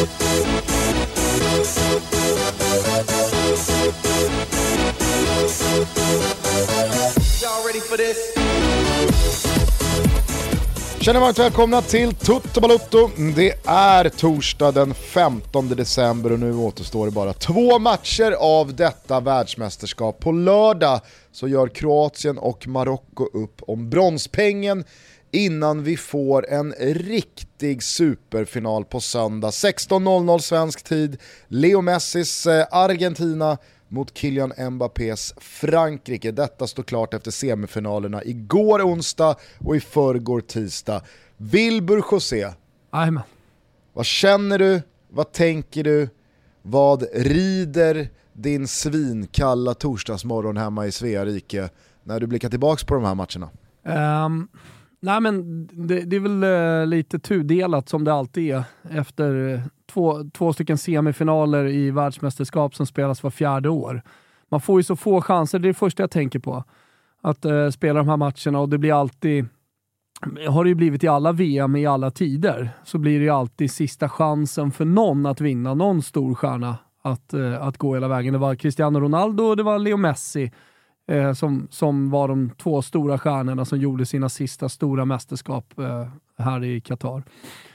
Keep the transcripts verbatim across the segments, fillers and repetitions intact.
Känner varmt välkomna till Tutto Balutto. Det är torsdag den femtonde december och nu återstår det bara två matcher av detta världsmästerskap. På lördag så gör Kroatien och Marocko upp om bronspengen innan vi får en riktig superfinal på söndag. sexton noll noll svensk tid. Leo Messis Argentina mot Kylian Mbappés Frankrike. Detta står klart efter semifinalerna igår onsdag och i förrgår tisdag. Wilbur José, Amen. Vad känner du? Vad tänker du? Vad rider din svinkalla torsdagsmorgon hemma i Sverige när du blickar tillbaka på de här matcherna? Um, nej men det, det är väl uh, lite tudelat som det alltid är efter uh, två, två stycken semifinaler i världsmästerskap som spelas var fjärde år. Man får ju så få chanser, det är det första jag tänker på. Att uh, spela de här matcherna, och det blir alltid, har det ju blivit i alla V M i alla tider, så blir det ju alltid sista chansen för någon att vinna, någon stor stjärna att, uh, att gå hela vägen. Det var Cristiano Ronaldo och det var Leo Messi eh, som, som var de två stora stjärnorna som gjorde sina sista stora mästerskap eh, här i Qatar.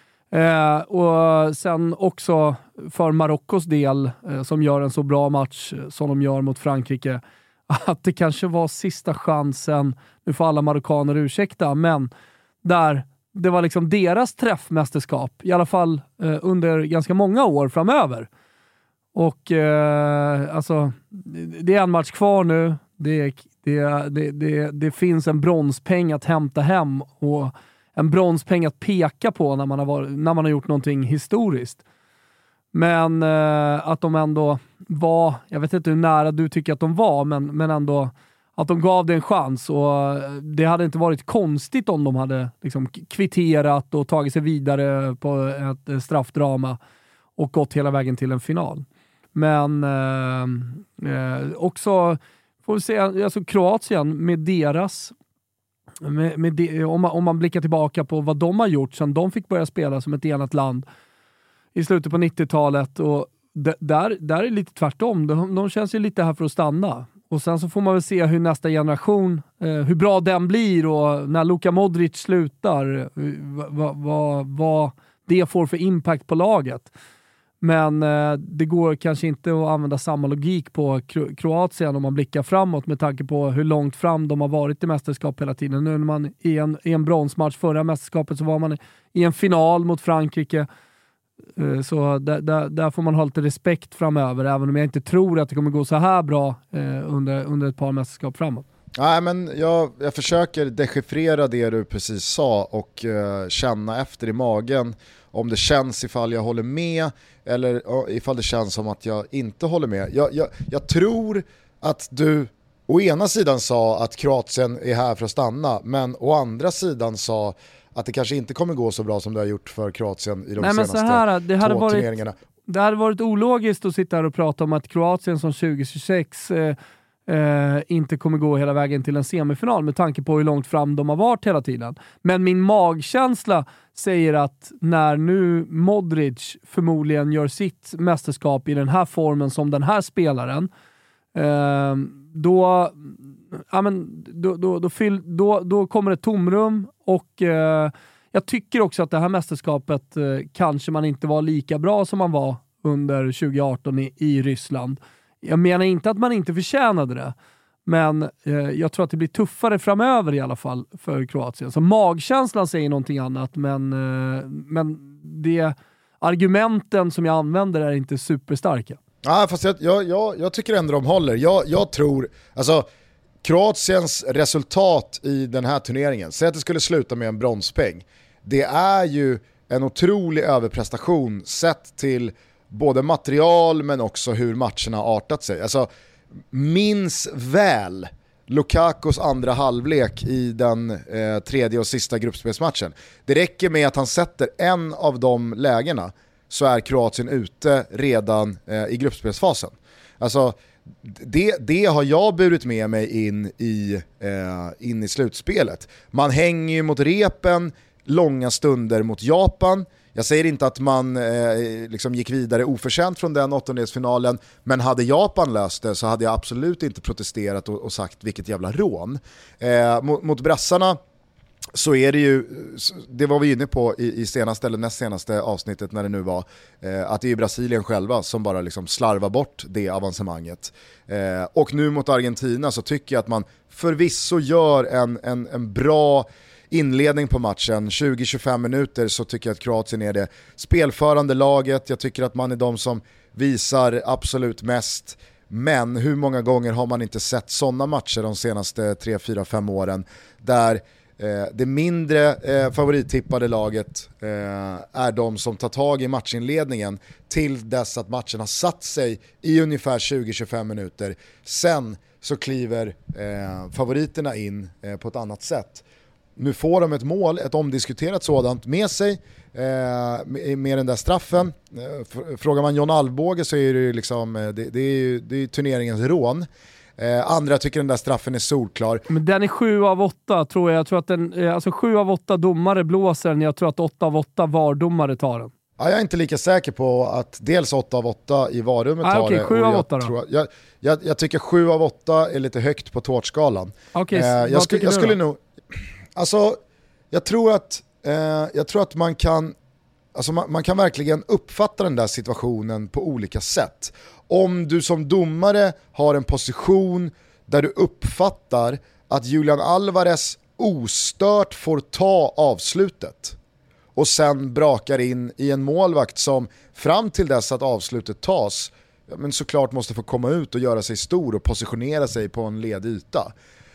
Eh, och sen också för Marockos del eh, som gör en så bra match som de gör mot Frankrike, att det kanske var sista chansen, nu får alla marockaner ursäkta, men där det var liksom deras träffmästerskap, i alla fall eh, under ganska många år framöver. Och eh, alltså det är en match kvar nu, det, det, det, det, det finns en bronspeng att hämta hem och en bronspeng att peka på när man har, varit, när man har gjort någonting historiskt. Men eh, att de ändå var, jag vet inte hur nära du tycker att de var, men, men ändå att de gav det en chans, och det hade inte varit konstigt om de hade liksom kvitterat och tagit sig vidare på ett straffdrama och gått hela vägen till en final. Men eh, eh, också får vi se, alltså Kroatien med deras med, med de, om, man, om man blickar tillbaka på vad de har gjort sedan de fick börja spela som ett enat land i slutet på nittiotalet, och de, där, där är lite tvärtom. De, de känns ju lite här för att stanna. Och sen så får man väl se hur nästa generation, eh, hur bra den blir, och när Luka Modric slutar, vad va, va det får för impact på laget. Men eh, det går kanske inte att använda samma logik på Kro- Kroatien om man blickar framåt, med tanke på hur långt fram de har varit i mästerskap hela tiden. Nu när man i en, i en bronsmatch förra mästerskapet så var man i en final mot Frankrike. Eh, så där, där, där får man ha lite respekt framöver, även om jag inte tror att det kommer gå så här bra eh, under, under ett par mästerskap framåt. Nej, men jag, jag försöker dechiffrera det du precis sa och uh, känna efter i magen om det känns ifall jag håller med eller uh, ifall det känns som att jag inte håller med. Jag, jag, jag tror att du å ena sidan sa att Kroatien är här för att stanna, men å andra sidan sa att det kanske inte kommer gå så bra som det har gjort för Kroatien i de Nej, senaste men så här, det hade två varit, turneringarna. Det hade varit ologiskt att sitta här och prata om att Kroatien som tjugo tjugosex eh, eh, inte kommer gå hela vägen till en semifinal, med tanke på hur långt fram de har varit hela tiden. Men min magkänsla säger att när nu Modric förmodligen gör sitt mästerskap i den här formen som den här spelaren, eh, då, ja, men, då, då, då, fyll, då, då kommer ett tomrum, och eh, jag tycker också att det här mästerskapet eh, kanske man inte var lika bra som man var under tjugo arton i, i Ryssland. Jag menar inte att man inte förtjänade det, men eh, jag tror att det blir tuffare framöver i alla fall för Kroatien. Så magkänslan säger någonting annat, men, eh, men det argumenten som jag använder är inte superstarka. Ja, fast jag, jag, jag, jag tycker ändå de håller. Jag, jag tror, alltså Kroatiens resultat i den här turneringen, säg att det skulle sluta med en bronspeng, det är ju en otrolig överprestation sett till både material men också hur matcherna har artat sig. Alltså, minns väl Lukakos andra halvlek i den eh, tredje och sista gruppspelsmatchen. Det räcker med att han sätter en av de lägena så är Kroatien ute redan eh, i gruppspelsfasen. Alltså, det, det har jag burit med mig in i, eh, in i slutspelet. Man hänger ju mot repen långa stunder mot Japan. Jag säger inte att man eh, liksom gick vidare oförtjänt från den åttondelsfinalen, men hade Japan löst det så hade jag absolut inte protesterat och, och sagt vilket jävla rån. Eh, mot, mot brassarna så är det ju, det var vi inne på i, i senaste eller näst senaste avsnittet när det nu var, eh, att det är Brasilien själva som bara liksom slarvar bort det avancemanget. Eh, och nu mot Argentina så tycker jag att man förvisso gör en, en, en bra inledning på matchen. tjugo till tjugofem minuter så tycker jag att Kroatien är det spelförande laget. Jag tycker att man är de som visar absolut mest. Men hur många gånger har man inte sett sådana matcher de senaste tre, fyra, fem åren där Eh, det mindre eh, favorittippade laget eh, är de som tar tag i matchinledningen till dess att matchen har satt sig i ungefär tjugo till tjugofem minuter. Sen så kliver eh, favoriterna in eh, på ett annat sätt. Nu får de ett mål, ett omdiskuterat sådant med sig eh, med, med den där straffen. Eh, frågar man John Alvbåge så är det liksom det, det är ju det är turneringens rån. Eh, andra tycker den där straffen är solklar. Men den är sju av åtta tror jag. Jag tror att den, alltså sju av åtta domare blåser den. Jag tror att åtta av åtta VAR-domare tar den. Ja, jag är inte lika säker på att dels åtta av åtta i VAR-rummet ah, tar okay, det. sju av åtta då? Tror, jag, jag, jag tycker sju av åtta är lite högt på tårtskalan. Okay, eh, jag, sku, jag skulle nog... Alltså, jag tror att, eh, jag tror att man kan... Alltså man, man kan verkligen uppfatta den där situationen på olika sätt. Om du som domare har en position där du uppfattar att Julian Alvarez ostört får ta avslutet och sen brakar in i en målvakt som fram till dess att avslutet tas, ja, men såklart måste få komma ut och göra sig stor och positionera sig på en ledig yta.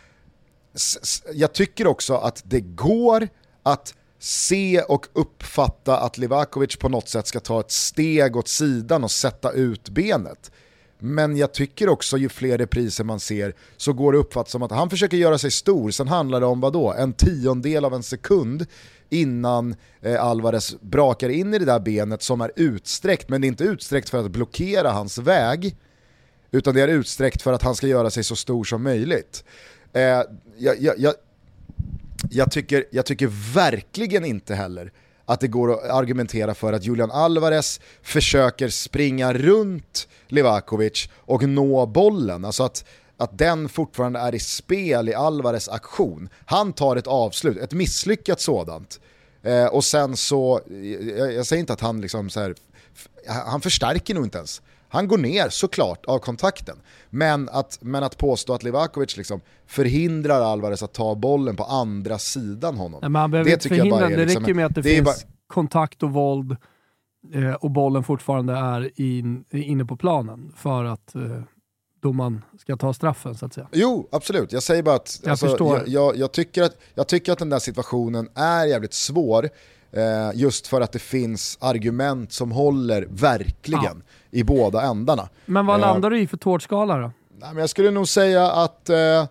Jag tycker också att det går att se och uppfatta att Livakovic på något sätt ska ta ett steg åt sidan och sätta ut benet. Men jag tycker också ju fler repriser man ser så går det uppfatt som att han försöker göra sig stor. Sen handlar det om vad då? En tiondel av en sekund innan eh, Alvarez brakar in i det där benet som är utsträckt. Men det är inte utsträckt för att blockera hans väg, utan det är utsträckt för att han ska göra sig så stor som möjligt. Eh, jag, jag, jag, jag, tycker, jag tycker verkligen inte heller att det går att argumentera för att Julian Alvarez försöker springa runt Livakovic och nå bollen. Alltså att, att den fortfarande är i spel i Alvarez aktion. Han tar ett avslut, ett misslyckat sådant. Eh, och sen så, jag, jag säger inte att han liksom så här, han förstärker nog inte ens. Han går ner såklart av kontakten. Men att, men att påstå att Livakovic liksom förhindrar Alvarez att ta bollen på andra sidan honom. Nej, man behöver det inte tycker jag bara är det liksom, räcker med att det, det finns bara... kontakt och våld eh, och bollen fortfarande är in, inne på planen för att eh, domaren ska ta straffen så att säga. Jo, absolut. Jag säger bara att jag, alltså, jag, jag, jag, tycker att jag tycker att den där situationen är jävligt svår eh, just för att det finns argument som håller verkligen ja. i båda ändarna. Men vad eh, landar du i för tårtskala då? Nej, men jag skulle nog säga att eh,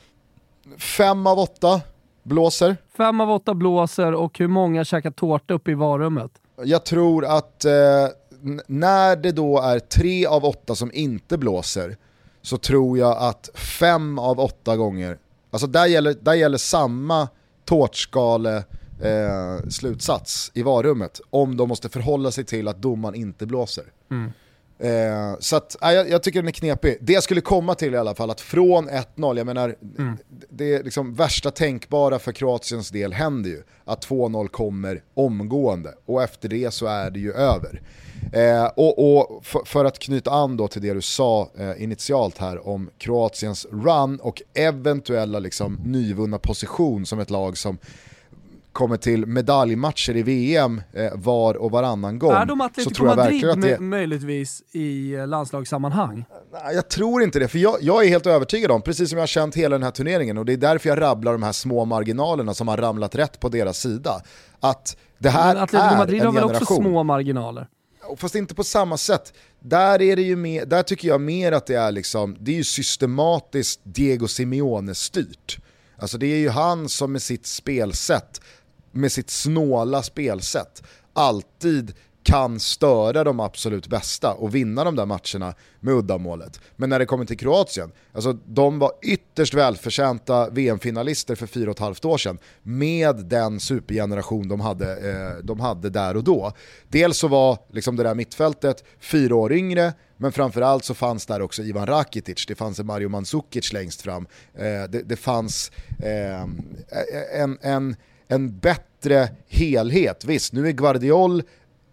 fem av åtta blåser. Fem av åtta blåser och hur många käkar tårta upp i varummet? Jag tror att eh, n- när det då är tre av åtta som inte blåser så tror jag att fem av åtta gånger, alltså där gäller, där gäller samma tårtskale eh, slutsats i varummet om de måste förhålla sig till att domaren inte blåser. Mm. Eh, så att, äh, jag, jag tycker den är knepig. Det jag skulle komma till i alla fall, att från ett noll, jag menar mm. det är liksom värsta tänkbara för Kroatiens del händer ju att två noll kommer omgående och efter det så är det ju över. Eh, och och för, för att knyta an då till det du sa eh, initialt här om Kroatiens run och eventuella liksom nyvunna position som ett lag som kommer till medaljmatcher i V M eh, var och varannan gång. Är de Atletico Madrid att det... möjligtvis i landslagssammanhang? Nej, jag tror inte det, för jag, jag är helt övertygad om, precis som jag har känt hela den här turneringen, och det är därför jag rabblar de här små marginalerna som har ramlat rätt på deras sida, att det här Men Atletico är Madrid en har väl generation. också små marginaler? Fast inte på samma sätt. Där är det ju mer, där tycker jag mer att det är liksom, det är ju systematiskt Diego Simeone styrt. Alltså det är ju han som med sitt spelsätt, med sitt snåla spelsätt alltid kan störa de absolut bästa och vinna de där matcherna med uddamålet. Men när det kommer till Kroatien, alltså de var ytterst välförtjänta V M-finalister för fyra och ett halvt år sedan med den supergeneration de hade, eh, de hade där och då. Dels så var liksom det där mittfältet fyra år yngre, men framförallt så fanns där också Ivan Rakitic, det fanns en Mario Mandzukic längst fram, eh, det, det fanns eh, en, en, en bättre helhet. Visst, nu är Guardiol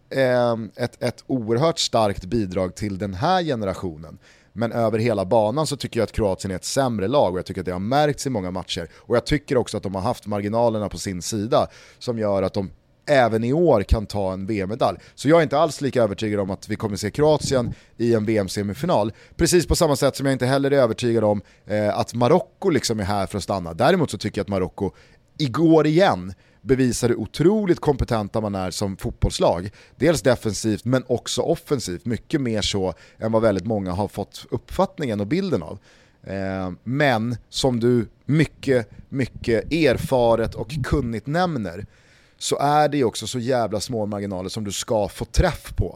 Ett, ett oerhört starkt bidrag till den här generationen, men över hela banan så tycker jag att Kroatien är ett sämre lag och jag tycker att det har märkts i många matcher och jag tycker också att de har haft marginalerna på sin sida som gör att de även i år kan ta en V M-medalj. Så jag är inte alls lika övertygad om att vi kommer se Kroatien i en V M-semifinal, precis på samma sätt som jag inte heller är övertygad om eh, att Marocko liksom är här för att stanna. Däremot så tycker jag att Marocko igår igen bevisar hur otroligt kompetenta man är som fotbollslag. Dels defensivt men också offensivt. Mycket mer så än vad väldigt många har fått uppfattningen och bilden av. Eh, men som du mycket, mycket erfaret och kunnigt nämner, så är det ju också så jävla små marginaler som du ska få träff på.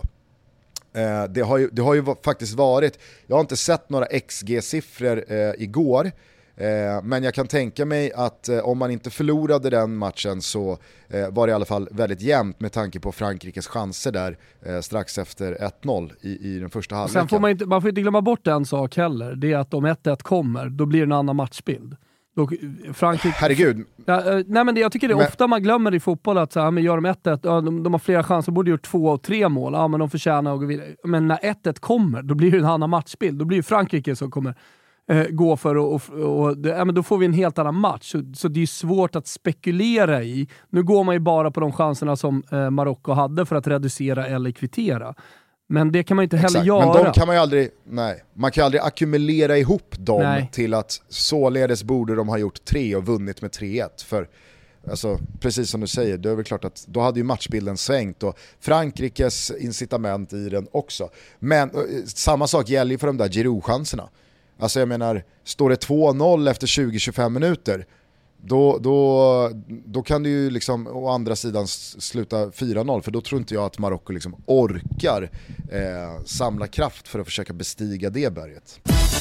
Eh, det, har ju, det har ju faktiskt varit, jag har inte sett några X G-siffror eh, igår, Eh, men jag kan tänka mig att eh, om man inte förlorade den matchen så eh, var det i alla fall väldigt jämnt med tanke på Frankrikes chanser där eh, strax efter ett noll i, i den första halvleken. Sen får man, inte, man får inte glömma bort en sak heller, det är att om ett ett kommer, då blir det en annan matchbild. Då, Frankrike, Herregud. Ja, äh, nej men det, jag tycker det är men, ofta man glömmer i fotboll att så här, men gör de ett ett, ja, de, de har flera chanser, borde gjort två och tre mål, ja, men de förtjänar att gå vidare. Men när ett ett kommer, då blir det en annan matchbild. Då blir det Frankrike som kommer eh, gå för och, och, och det, ja, men då får vi en helt annan match. Så, så det är svårt att spekulera i. Nu går man ju bara på de chanserna som eh, Marocko hade för att reducera eller kvittera. Men det kan man inte heller Exakt. göra. Men de kan man ju aldrig, nej, man kan aldrig ackumulera ihop dem nej. till att således borde de ha gjort tre och vunnit med tre ett. För alltså, precis som du säger, det är väl klart att då hade ju matchbilden svängt och Frankrikes incitament i den också. Men samma sak gäller ju för de där Giroud-chanserna. Alltså jag menar, står det två noll efter tjugo till tjugofem minuter, Då, då, då kan det ju liksom å andra sidan sluta fyra noll, för då tror inte jag att Marocko liksom orkar eh, samla kraft för att försöka bestiga det berget.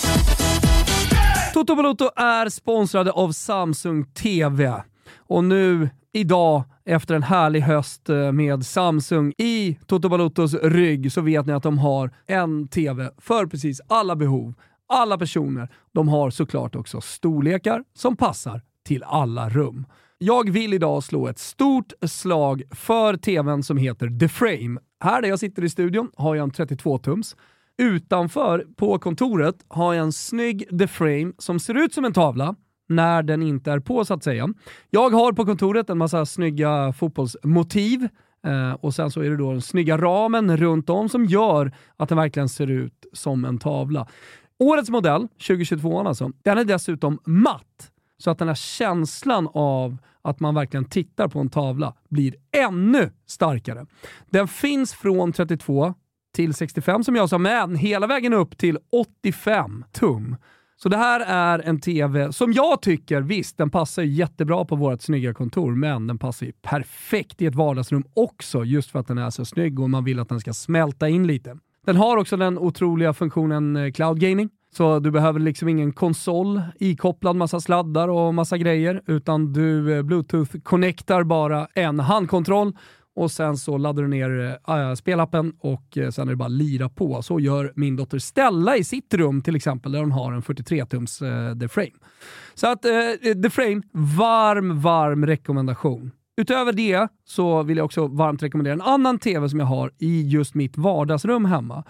Toto Balotto är sponsrade av Samsung T V. Och nu, idag, efter en härlig höst med Samsung i Toto Balottos rygg, så vet ni att de har en T V för precis alla behov, alla personer. De har såklart också storlekar som passar till alla rum. Jag vill idag slå ett stort slag för tvn som heter The Frame. Här där jag sitter i studion har jag en trettiotvå tums. Utanför på kontoret har jag en snygg The Frame som ser ut som en tavla när den inte är på, så att säga. Jag har på kontoret en massa snygga fotbollsmotiv eh, och sen så är det då den snygga ramen runt om som gör att den verkligen ser ut som en tavla. Årets modell, tjugo tjugotvå alltså, den är dessutom matt. Så att den här känslan av att man verkligen tittar på en tavla blir ännu starkare. Den finns från trettiotvå till sextiofem som jag sa, men hela vägen upp till åttiofem tum. Så det här är en tv som jag tycker, visst, den passar ju jättebra på vårt snygga kontor, men den passar ju perfekt i ett vardagsrum också, just för att den är så snygg och man vill att den ska smälta in lite. Den har också den otroliga funktionen cloud gaming. Så du behöver liksom ingen konsol ikopplad, massa sladdar och massa grejer, utan du Bluetooth-connectar bara en handkontroll och sen så laddar du ner äh, spelappen och äh, sen är det bara lira på. Så gör min dotter Stella i sitt rum till exempel, där hon har en fyrtiotre tums äh, The Frame. Så att äh, The Frame, varm, varm rekommendation. Utöver det så vill jag också varmt rekommendera en annan tv som jag har i just mitt vardagsrum hemma.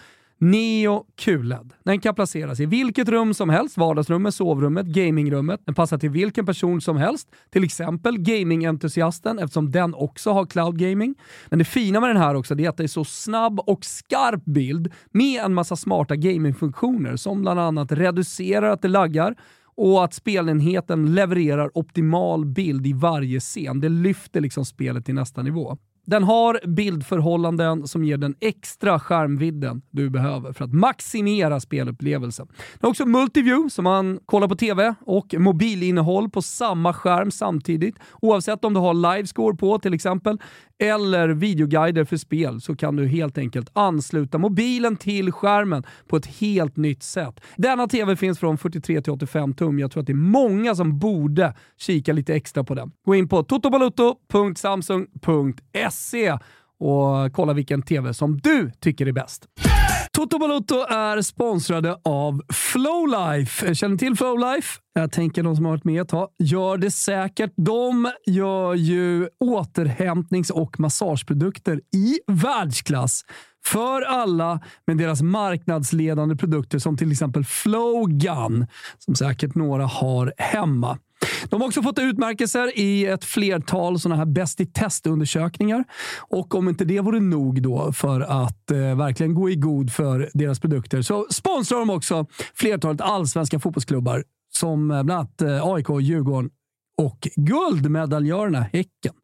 Neo Q L E D. Den kan placeras i vilket rum som helst, vardagsrummet, sovrummet, gamingrummet. Den passar till vilken person som helst, till exempel gamingentusiasten, eftersom den också har cloud gaming. Men det fina med den här också är att det är så snabb och skarp bild med en massa smarta gamingfunktioner som bland annat reducerar att det laggar och att spelenheten levererar optimal bild i varje scen. Det lyfter liksom spelet till nästa nivå. Den har bildförhållanden som ger den extra skärmvidden du behöver för att maximera spelupplevelsen. Den har också multiview så man kollar på tv och mobilinnehåll på samma skärm samtidigt. Oavsett om du har livescore på till exempel eller videoguider för spel så kan du helt enkelt ansluta mobilen till skärmen på ett helt nytt sätt. Denna tv finns från fyrtiotre till åttiofem tum. Jag tror att det är många som borde kika lite extra på den. Gå in på totobalotto punkt samsung punkt se och kolla vilken tv som du tycker är bäst. Toto Balotto är sponsrade av Flowlife. Känner till Flowlife? Jag tänker de som har varit med ett tag gör det säkert. De gör ju återhämtnings- och massageprodukter i världsklass för alla med deras marknadsledande produkter som till exempel Flowgun, som säkert några har hemma. De har också fått utmärkelser i ett flertal sådana här bäst i testundersökningar. Och om inte det vore nog då för att eh, verkligen gå i god för deras produkter, så sponsrar de också flertalet allsvenska fotbollsklubbar som eh, bland annat eh, A I K, Djurgården och guldmedaljörerna Häcken.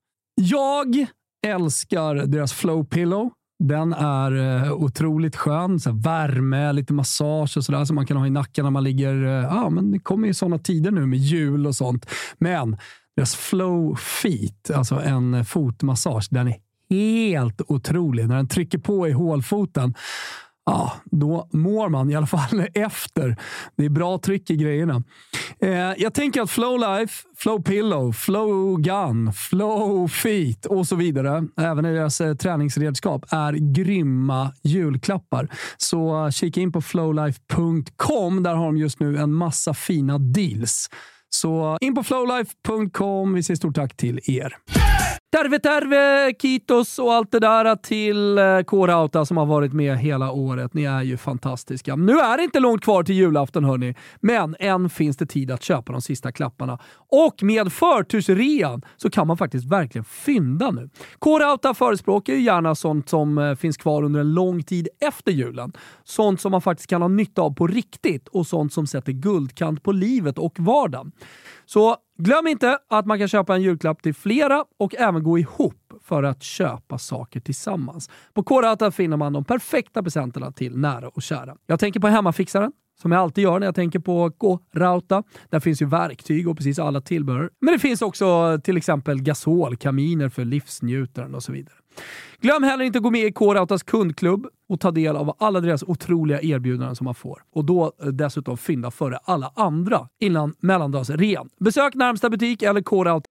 Jag älskar deras Flow Pillow. Den är uh, otroligt skön. Så värme, lite massage och sådär som man kan ha i nacken när man ligger... Ja, uh, ah, men det kommer ju sådana tider nu med jul och sånt. Men deras Flow Feet, alltså en fotmassage, den är helt otrolig. När den trycker på i hålfoten, ja, då mår man i alla fall efter. Det är bra tryck i grejerna. Eh, jag tänker att Flowlife, Flow Pillow, Flow Gun, Flow Feet och så vidare, även deras eh, träningsredskap, är grymma julklappar. Så uh, kika in på flowlife punkt com. Där har de just nu en massa fina deals. Så in på flowlife punkt com. Vi säger stort tack till er. Terve, terve, kitos och allt det där till K-Rauta som har varit med hela året. Ni är ju fantastiska. Nu är det inte långt kvar till julafton, hörni. Men än finns det tid att köpa de sista klapparna. Och med förtursrean så kan man faktiskt verkligen fynda nu. K-Rauta förespråkar ju gärna sånt som finns kvar under en lång tid efter julen. Sånt som man faktiskt kan ha nytta av på riktigt och sånt som sätter guldkant på livet och vardagen. Så glöm inte att man kan köpa en julklapp till flera och även gå ihop för att köpa saker tillsammans. På K-Rauta finner man de perfekta presenterna till nära och kära. Jag tänker på hemmafixaren, som jag alltid gör när jag tänker på K-Rauta. Där finns ju verktyg och precis alla tillbehör. Men det finns också till exempel gasol, kaminer för livsnjutaren och så vidare. Glöm heller inte att gå med i K-Rautas kundklubb och ta del av alla deras otroliga erbjudanden som man får. Och då dessutom fynda före alla andra innan mellandagsrean. Besök närmsta butik eller K-Rauta.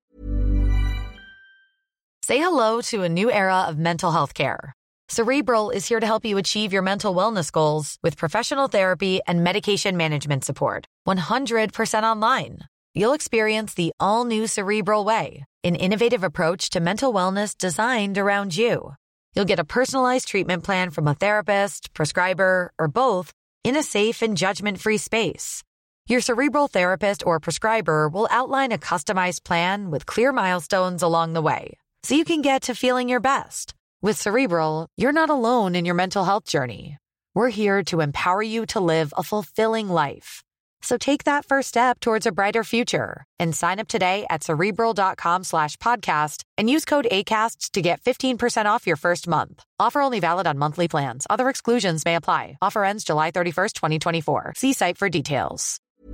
Say hello to a new era of mental health care. Cerebral is here to help you achieve your mental wellness goals with professional therapy and medication management support. one hundred percent online. You'll experience the all-new Cerebral Way, an innovative approach to mental wellness designed around you. You'll get a personalized treatment plan from a therapist, prescriber, or both in a safe and judgment-free space. Your Cerebral therapist or prescriber will outline a customized plan with clear milestones along the way, so you can get to feeling your best. With Cerebral, you're not alone in your mental health journey. We're here to empower you to live a fulfilling life. So take that first step towards a brighter future and sign up today at Cerebral.com slash podcast and use code ACAST to get fifteen percent off your first month. Offer only valid on monthly plans. Other exclusions may apply. Offer ends July thirty-first, twenty twenty-four. See site for details.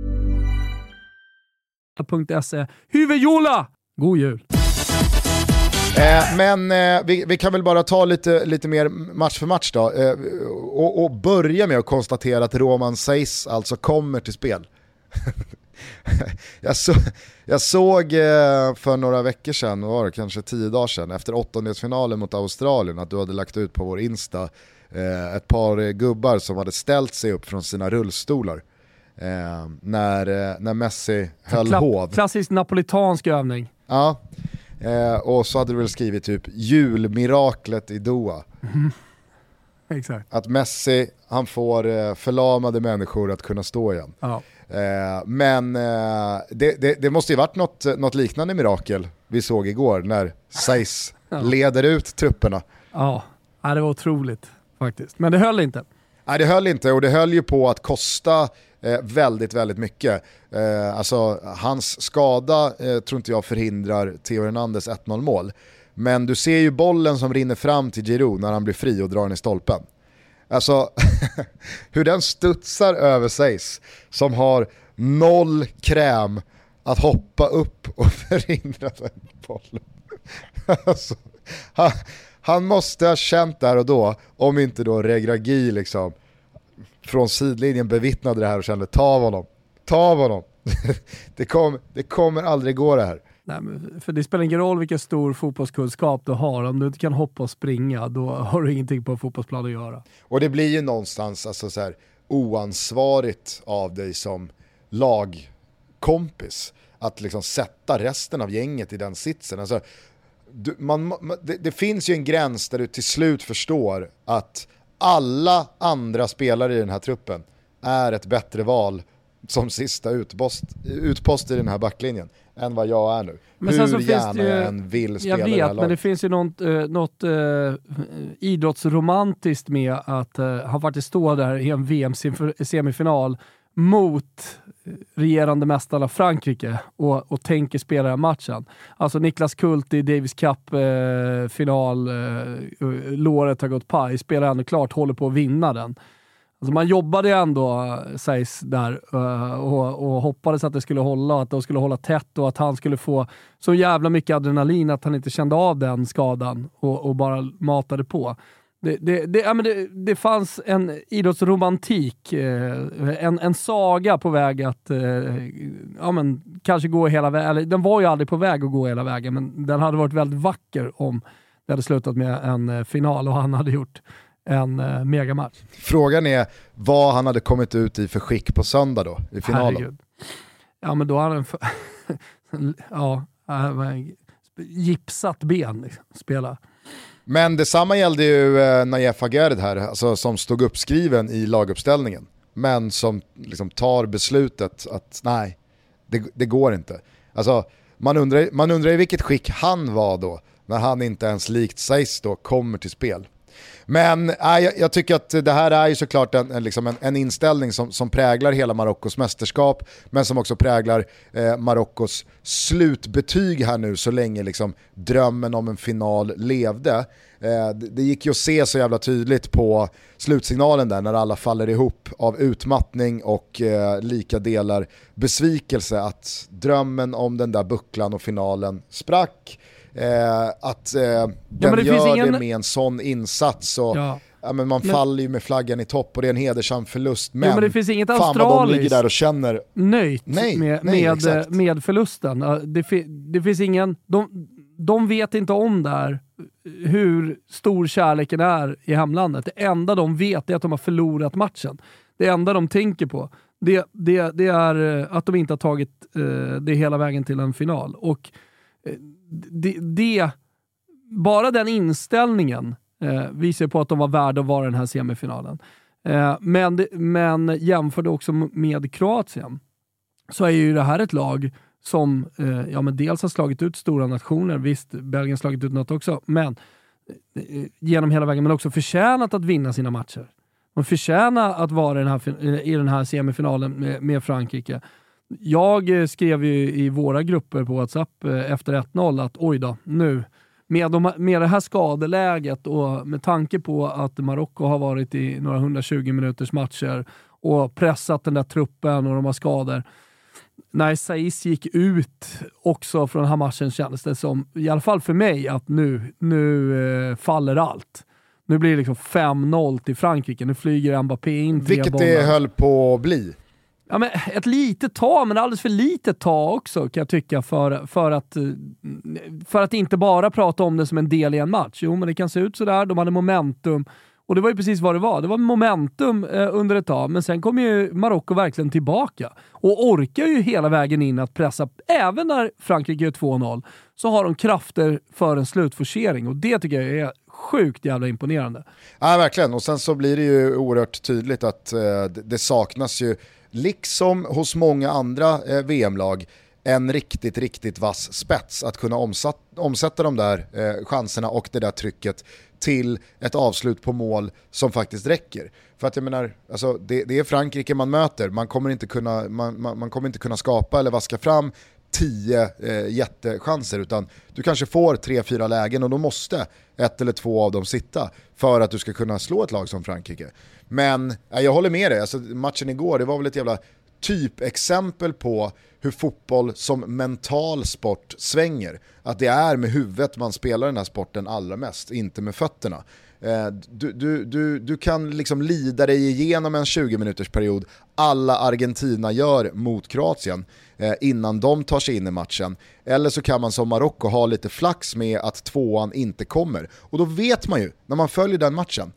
.se. Huvudjola! God jul! Eh, men eh, vi, vi kan väl bara ta lite, lite mer match för match då. Eh, och, och börja med att konstatera att Roman Saiz alltså kommer till spel. jag, så, jag såg eh, för några veckor sedan, var det kanske tio dagar sedan, efter åttondelsfinalen mot Australien, att du hade lagt ut på vår Insta eh, ett par gubbar som hade ställt sig upp från sina rullstolar. Eh, när, eh, när Messi höll Kla- hov. Klassisk napolitansk övning. Ja. Eh, och så hade du väl skrivit typ julmiraklet i Doha. Mm. Exakt. Att Messi, han får eh, förlamade människor att kunna stå igen. Ja. Eh, men eh, det, det, det måste ju varit något, något liknande mirakel vi såg igår när Saiz ja. leder ut trupperna. Ja. ja, det var otroligt faktiskt. Men det höll inte. Nej, det höll inte, och det höll ju på att kosta eh, väldigt, väldigt mycket. Eh, alltså, hans skada eh, tror inte jag förhindrar Theo Hernandez ett noll mål. Men du ser ju bollen som rinner fram till Giroud när han blir fri och drar den i stolpen. Alltså, hur den studsar över Saiz som har noll kräm att hoppa upp och förhindra den bollen. Alltså, han, han måste ha känt där och då, om inte då Regragui liksom från sidlinjen bevittnade det här och kände ta av honom, ta av honom. det, kom, det kommer aldrig gå det här. Nej, men för det spelar ingen roll vilken stor fotbollskunskap du har. Om du inte kan hoppa och springa, då har du ingenting på fotbollsplan att göra. Och det blir ju någonstans alltså så här, oansvarigt av dig som lagkompis att liksom sätta resten av gänget i den sitsen. Alltså, du, man, man, det, det finns ju en gräns där du till slut förstår att alla andra spelare i den här truppen är ett bättre val som sista utpost, utpost i den här backlinjen än vad jag är nu. Men hur sen så gärna finns det ju, jag än vill spela jag vet, det här men laget. det finns ju något, eh, något eh, idrottsromantiskt med att eh, han faktiskt står där i en V M-semifinal mot regerande mästarna Frankrike och, och tänker spela den matchen. Alltså Niklas Kult i Davis Cup-final, eh, eh, låret har gått paj, spelar ändå klart, håller på att vinna den. Alltså man jobbade ändå, sägs där, och, och hoppades att det skulle hålla, att de skulle hålla tätt och att han skulle få så jävla mycket adrenalin att han inte kände av den skadan och, och bara matade på. Det, det, det, ja, men det, det fanns en idrottsromantik, en, en saga på väg att ja, men, kanske gå hela vägen. Den var ju aldrig på väg att gå hela vägen, men den hade varit väldigt vacker om det hade slutat med en final och han hade gjort en uh, megamatch. Frågan är vad han hade kommit ut i för skick på söndag då, i finalen. Herregud. Ja, men då hade han f- ja, äh, gipsat ben liksom, spela. Men detsamma gällde ju eh, Nayef Aguerd här, alltså, som stod uppskriven i laguppställningen. Men som liksom tar beslutet att nej, det, det går inte. Alltså, man undrar, man undrar i vilket skick han var då, när han inte ens likt Seis då kommer till spel. Men äh, jag, jag tycker att det här är ju såklart en, en, liksom en, en inställning som, som präglar hela Marockos mästerskap, men som också präglar eh, Marockos slutbetyg här nu så länge liksom drömmen om en final levde. Eh, det, det gick ju att se så jävla tydligt på slutsignalen där när alla faller ihop av utmattning och eh, lika delar besvikelse att drömmen om den där bucklan och finalen sprack. Eh, att eh, ja, den det gör ingen... det med en sån insats och ja. Ja, men man men... faller ju med flaggan i topp och det är en hedersam förlust, men, ja, men det finns inget fan vad de ligger där och känner nöjt nej, med, nej, med, med förlusten. Det, det finns ingen de, de vet inte om där hur stor kärleken är i hemlandet. Det enda de vet är att de har förlorat matchen. Det enda de tänker på det, det, det är att de inte har tagit eh, det hela vägen till en final. Och Det, det, bara den inställningen eh, visar på att de var värda att vara den här semifinalen. Eh, men, det, men jämförde också med Kroatien så är ju det här ett lag som eh, ja, men dels har slagit ut stora nationer. Visst, Belgien har slagit ut något också, men eh, genom hela vägen, men också förtjänat att vinna sina matcher. De förtjänar att vara i den här, i den här semifinalen med, med Frankrike. Jag skrev ju i våra grupper på WhatsApp efter ett noll att oj då, nu med, de, med det här skadeläget och med tanke på att Marocko har varit i några hundratjugo minuters matcher och pressat den där truppen och de har skador. När Seis gick ut också från den här matchen kändes det som, i alla fall för mig, att nu, nu eh, faller allt. Nu blir det liksom fem noll till Frankrike. Nu flyger Mbappé in. Vilket det höll på att bli. Ja, men ett litet tag, men alldeles för litet tag också kan jag tycka för, för, att, för att inte bara prata om det som en del i en match. Jo, men det kan se ut sådär. De hade momentum. Och det var ju precis vad det var. Det var momentum eh, under ett tag. Men sen kom ju Marocko verkligen tillbaka. Och orkar ju hela vägen in att pressa. Även när Frankrike gör två noll så har de krafter för en slutforcering. Och det tycker jag är sjukt jävla imponerande. Ja, verkligen. Och sen så blir det ju oerhört tydligt att eh, det, det saknas ju, liksom hos många andra eh, V M-lag, en riktigt, riktigt vass spets att kunna omsatt, omsätta de där eh, chanserna och det där trycket till ett avslut på mål som faktiskt räcker. För att jag menar, alltså, det, det är Frankrike man möter. Man kommer inte kunna, man, man, man kommer inte kunna skapa eller vaska fram tio eh, jättechanser, utan du kanske får tre, fyra lägen och då måste ett eller två av dem sitta för att du ska kunna slå ett lag som Frankrike. Men eh, jag håller med dig, alltså, matchen igår, det var väl ett jävla typexempel på hur fotboll som mental sport svänger. Att det är med huvudet man spelar den här sporten allra mest, inte med fötterna. Du, du, du, du kan liksom lida dig igenom en tjugo minuters period alla Argentina gör mot Kroatien innan de tar sig in i matchen. Eller så kan man som Marocko ha lite flax med att tvåan inte kommer. Och då vet man ju, när man följer den matchen,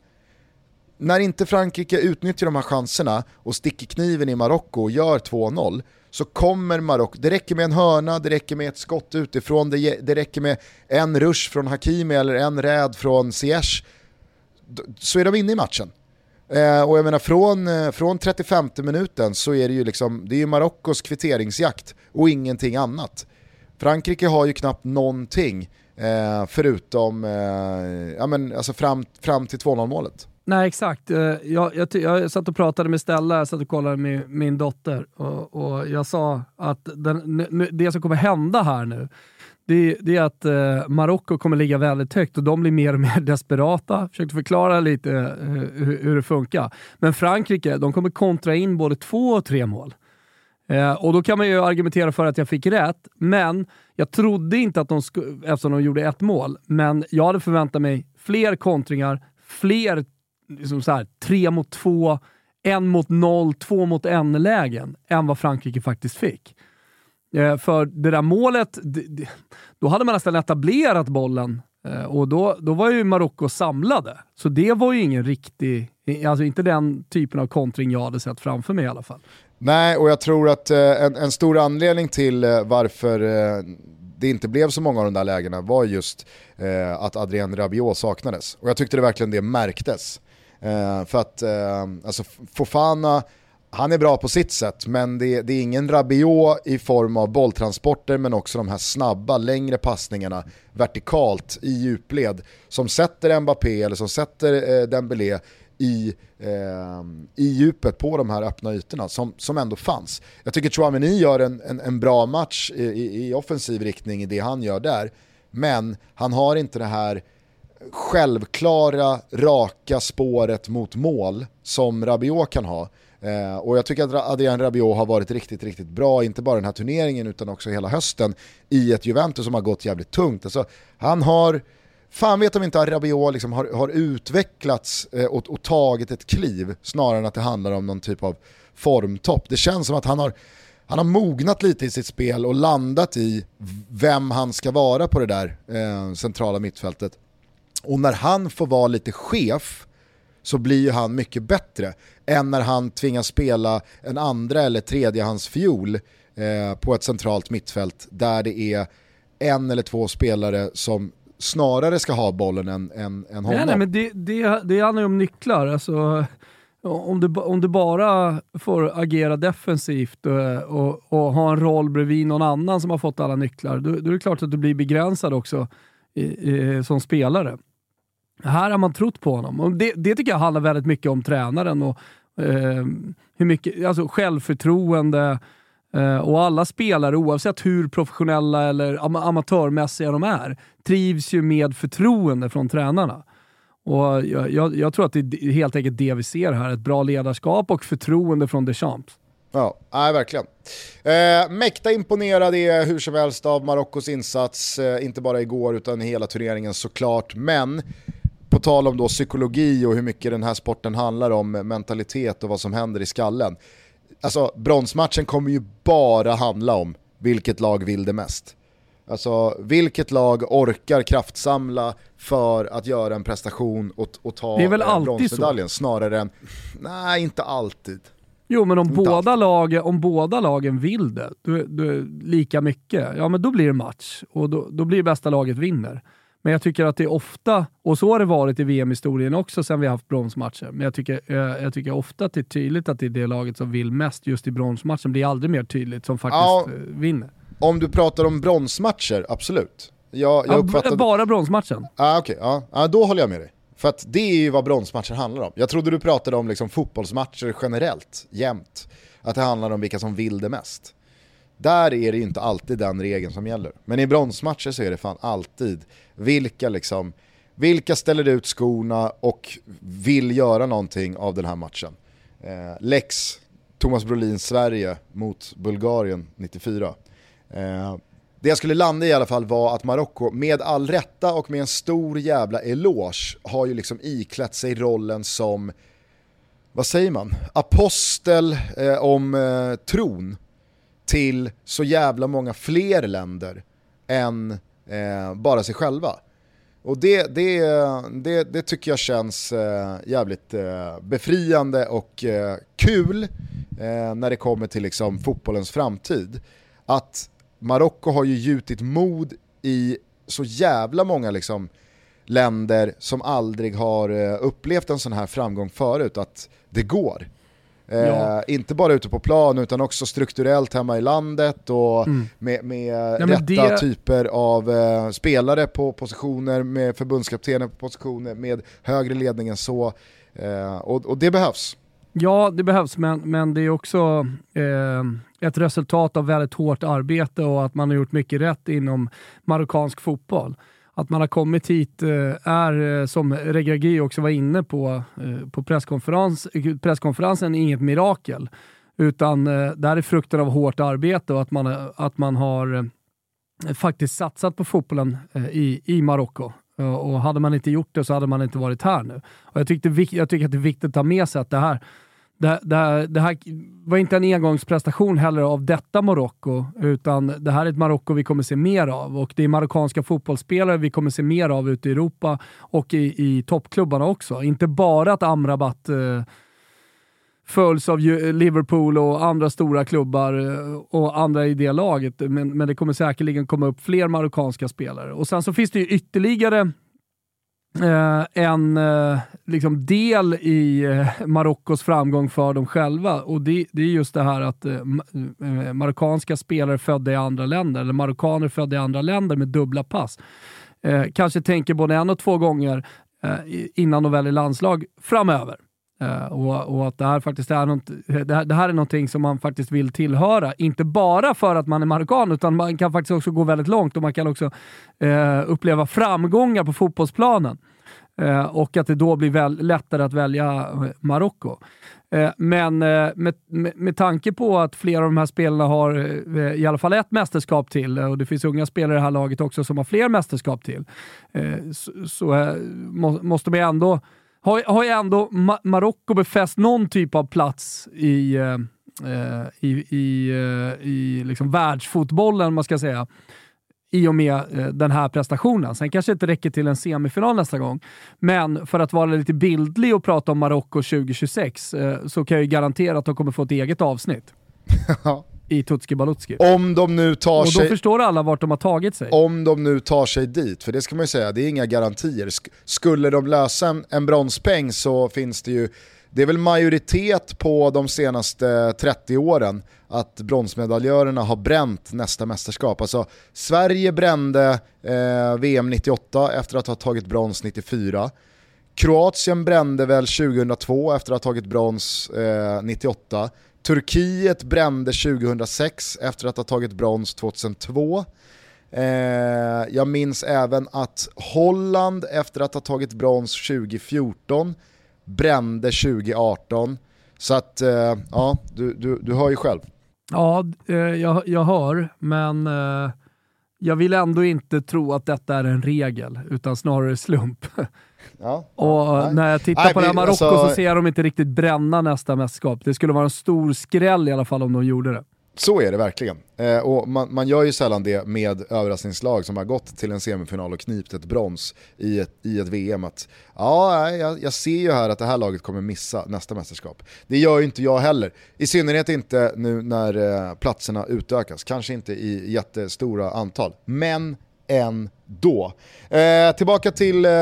när inte Frankrike utnyttjar de här chanserna och sticker kniven i Marocko och gör två noll, så kommer Marocko, det räcker med en hörna, det räcker med ett skott utifrån, det, det räcker med en rush från Hakimi eller en räd från Ziyech, så är de inne i matchen. Eh, och jag menar från, eh, från trettiofemte minuten så är det ju liksom, det är ju Marockos kvitteringsjakt och ingenting annat. Frankrike har ju knappt någonting eh, förutom eh, ja, men, alltså fram, fram till två noll-målet. Nej, exakt. Jag, jag, jag satt och pratade med Stella, jag satt och kollade med min dotter och, och jag sa att den, det som kommer hända här nu, det, det är att eh, Marocko kommer ligga väldigt högt och de blir mer och mer desperata. Försökte förklara lite eh, hur, hur det funkar. Men Frankrike, de kommer kontra in både två och tre mål. Eh, och då kan man ju argumentera för att jag fick rätt, men jag trodde inte att de skulle, eftersom de gjorde ett mål, men jag hade förväntat mig fler kontringar, fler liksom så här, tre mot två, en mot noll, två mot en lägen än vad Frankrike faktiskt fick. Eh, för det där målet, d- d- då hade man nästan etablerat bollen eh, och då, då var ju Marocko samlade. Så det var ju ingen riktig, alltså inte den typen av kontring jag hade sett framför mig i alla fall. Nej, och jag tror att eh, en, en stor anledning till eh, varför eh, det inte blev så många av de där lägena var just eh, att Adrien Rabiot saknades. Och jag tyckte det verkligen det märktes. Uh, för att uh, alltså Fofana, han är bra på sitt sätt, men det, det är ingen Rabiot i form av bolltransporter, men också de här snabba, längre passningarna vertikalt i djupled som sätter Mbappé eller som sätter uh, Dembélé i, uh, i djupet på de här öppna ytorna som, som ändå fanns. Jag tycker Tchouaméni gör en, en, en bra match i, i, i offensiv riktning i det han gör där, men han har inte det här självklara, raka spåret mot mål som Rabiot kan ha. Eh, och jag tycker att Adrien Rabiot har varit riktigt, riktigt bra, inte bara den här turneringen utan också hela hösten i ett Juventus som har gått jävligt tungt. Alltså, han har, fan vet om inte att Rabiot liksom har, har utvecklats eh, och, och tagit ett kliv snarare än att det handlar om någon typ av formtopp. Det känns som att han har Han har mognat lite i sitt spel och landat i vem han ska vara på det där eh, centrala mittfältet. Och när han får vara lite chef så blir ju han mycket bättre än när han tvingas spela en andra eller tredje hans fiol eh, på ett centralt mittfält där det är en eller två spelare som snarare ska ha bollen än, än, än honom. Nej, nej, men det, det, det handlar ju om nycklar. Alltså, om, du, om du bara får agera defensivt och, och, och ha en roll bredvid någon annan som har fått alla nycklar, då, då är det klart att du blir begränsad också i, i, som spelare. Här har man trott på honom. Och det, det tycker jag handlar väldigt mycket om tränaren och eh, hur mycket, alltså självförtroende eh, och alla spelare, oavsett hur professionella eller am- amatörmässiga de är, trivs ju med förtroende från tränarna. Och jag, jag, jag tror att det är helt enkelt det vi ser här, ett bra ledarskap och förtroende från Deschamps. Ja, nej, verkligen. Eh, mäkta imponerad är hur som helst av Marockos insats, eh, inte bara igår utan hela turneringen såklart, men på tal om då psykologi och hur mycket den här sporten handlar om mentalitet och vad som händer i skallen. Alltså bronsmatchen kommer ju bara handla om vilket lag vill det mest. Alltså vilket lag orkar kraftsamla för att göra en prestation och, och ta det är väl alltid bronsmedaljen så. Snarare än, nej inte alltid. Jo, men om inte båda, lagen, om båda lagen vill det, då, då, lika mycket, ja men då blir det match och då, då blir det bästa laget vinner. Men jag tycker att det är ofta, och så har det varit i V M-historien också sen vi har haft bronsmatcher, men jag tycker, jag, jag tycker ofta att det är tydligt att det är det laget som vill mest just i bronsmatchen. Det blir aldrig mer tydligt som faktiskt ja, vinner. Om du pratar om bronsmatcher, absolut. Jag, jag ja, uppfattade... Bara bronsmatchen? Ah, Okej, okay, ja. ah, då håller jag med dig. För att det är ju vad bronsmatcher handlar om. Jag trodde du pratade om liksom fotbollsmatcher generellt, jämt. Att det handlar om vilka som vill det mest. Där är det ju inte alltid den regeln som gäller. Men i bronsmatcher så är det fan alltid vilka liksom, vilka ställer ut skorna och vill göra någonting av den här matchen. Eh, Lex Thomas Brolins Sverige mot Bulgarien nittiofyra. Eh, det jag skulle landa i alla fall var att Marocko med all rätta och med en stor jävla eloge har ju liksom iklätt sig rollen som, vad säger man, apostel eh, om eh, tron till så jävla många fler länder än eh, bara sig själva. Och det, det, det, det tycker jag känns eh, jävligt eh, befriande och eh, kul eh, när det kommer till liksom fotbollens framtid. Att Marocko har ju gjutit mod i så jävla många liksom länder som aldrig har eh, upplevt en sån här framgång förut, att det går. Eh, ja. Inte bara ute på plan utan också strukturellt hemma i landet och mm. med, med ja, rätta det... typer av eh, spelare på positioner, med förbundskaptener på positioner, med högre ledning än så. Eh, och, och det behövs. Ja, det behövs, men, men det är också eh, ett resultat av väldigt hårt arbete och att man har gjort mycket rätt inom marockansk fotboll. Att man har kommit hit är, som Regragui också var inne på på presskonferens, presskonferensen, inget mirakel. Utan det här är frukten av hårt arbete och att man, att man har faktiskt satsat på fotbollen i, i Marocko. Och hade man inte gjort det så hade man inte varit här nu. Och jag, tyckte, jag tycker att det är viktigt att ta med sig att det här Det, det, det här var inte en engångsprestation heller av detta Marocko, utan det här är ett Marocko vi kommer se mer av, och det är marockanska fotbollsspelare vi kommer se mer av ute i Europa och i, i toppklubbarna också. Inte bara att Amrabat eh, följs av Liverpool och andra stora klubbar och andra i det laget, men, men det kommer säkerligen komma upp fler marockanska spelare. Och sen så finns det ju ytterligare Eh, en eh, liksom del i eh, Marockos framgång för dem själva, och det, det är just det här att eh, ma- marockanska spelare födda i andra länder, eller marockaner födda i andra länder med dubbla pass eh, kanske tänker både en och två gånger eh, innan de väljer landslag framöver. Uh, och, och att det här faktiskt är något, det här, det här är någonting som man faktiskt vill tillhöra, inte bara för att man är marockan, utan man kan faktiskt också gå väldigt långt och man kan också uh, uppleva framgångar på fotbollsplanen uh, och att det då blir väl, lättare att välja Marocko. Uh, men uh, med, med, med tanke på att flera av de här spelarna har uh, i alla fall ett mästerskap till, och det finns unga spelare i det här laget också som har fler mästerskap till, uh, så, så uh, må, måste man ändå Har, har ju ändå Ma- Marocko befäst någon typ av plats i, eh, i, i, eh, i liksom världsfotbollen, man ska säga, i och med eh, den här prestationen. Sen kanske inte räcker till en semifinal nästa gång, men för att vara lite bildlig och prata om Marocko tjugo tjugosex eh, så kan jag ju garantera att de kommer få ett eget avsnitt. I Tutski Balutski. Om de nu tar och då sig... förstår alla vart de har tagit sig. Om de nu tar sig dit, för det ska man ju säga, det är inga garantier. Sk- skulle de lösa en, en bronspeng så finns det ju, det är väl majoritet på de senaste trettio åren att bronsmedaljörerna har bränt nästa mästerskap. Alltså Sverige brände eh, V M nittioåtta efter att ha tagit brons nittiofyra. Kroatien brände väl tjugohundratvå efter att ha tagit brons eh, nittioåtta. Turkiet brände tjugohundrasex efter att ha tagit brons tjugohundratvå. Eh, jag minns även att Holland efter att ha tagit brons tjugofjorton brände tjugoarton. Så att, eh, ja, du, du, du hör ju själv. Ja, eh, jag, jag hör, men eh, jag vill ändå inte tro att detta är en regel, utan snarare slump. Ja, och nej. När jag tittar nej, på det här Marocko alltså, så ser jag dem inte riktigt bränna nästa mästerskap. Det skulle vara en stor skräll i alla fall om de gjorde det. Så är det verkligen. Eh, och man, man gör ju sällan det med överraskningslag som har gått till en semifinal och knipt ett brons i ett, i ett V M. Att, ja, jag, jag ser ju här att det här laget kommer missa nästa mästerskap. Det gör ju inte jag heller. I synnerhet inte nu när eh, platserna utökas. Kanske inte i jättestora antal. Men ändå. Eh, tillbaka till eh,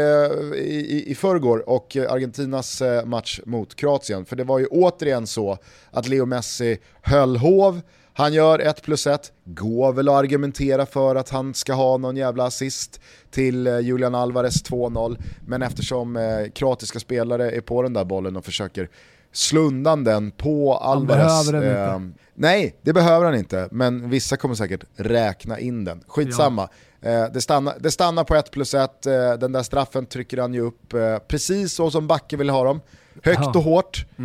i, i förrgår och Argentinas eh, match mot Kroatien. För det var ju återigen så att Leo Messi höll hov. Han gör ett plus ett. Går väl att argumentera för att han ska ha någon jävla assist till eh, Julian Alvarez två noll. Men eftersom eh, kroatiska spelare är på den där bollen och försöker slå undan den på Alvarez. Den eh, nej, det behöver han inte. Men vissa kommer säkert räkna in den. Skitsamma. Ja. Eh, det, stannar, det stannar på ett plus ett. Eh, den där straffen trycker han ju upp. Eh, precis så som Backe vill ha dem. Högt Aha. och hårt. Mm.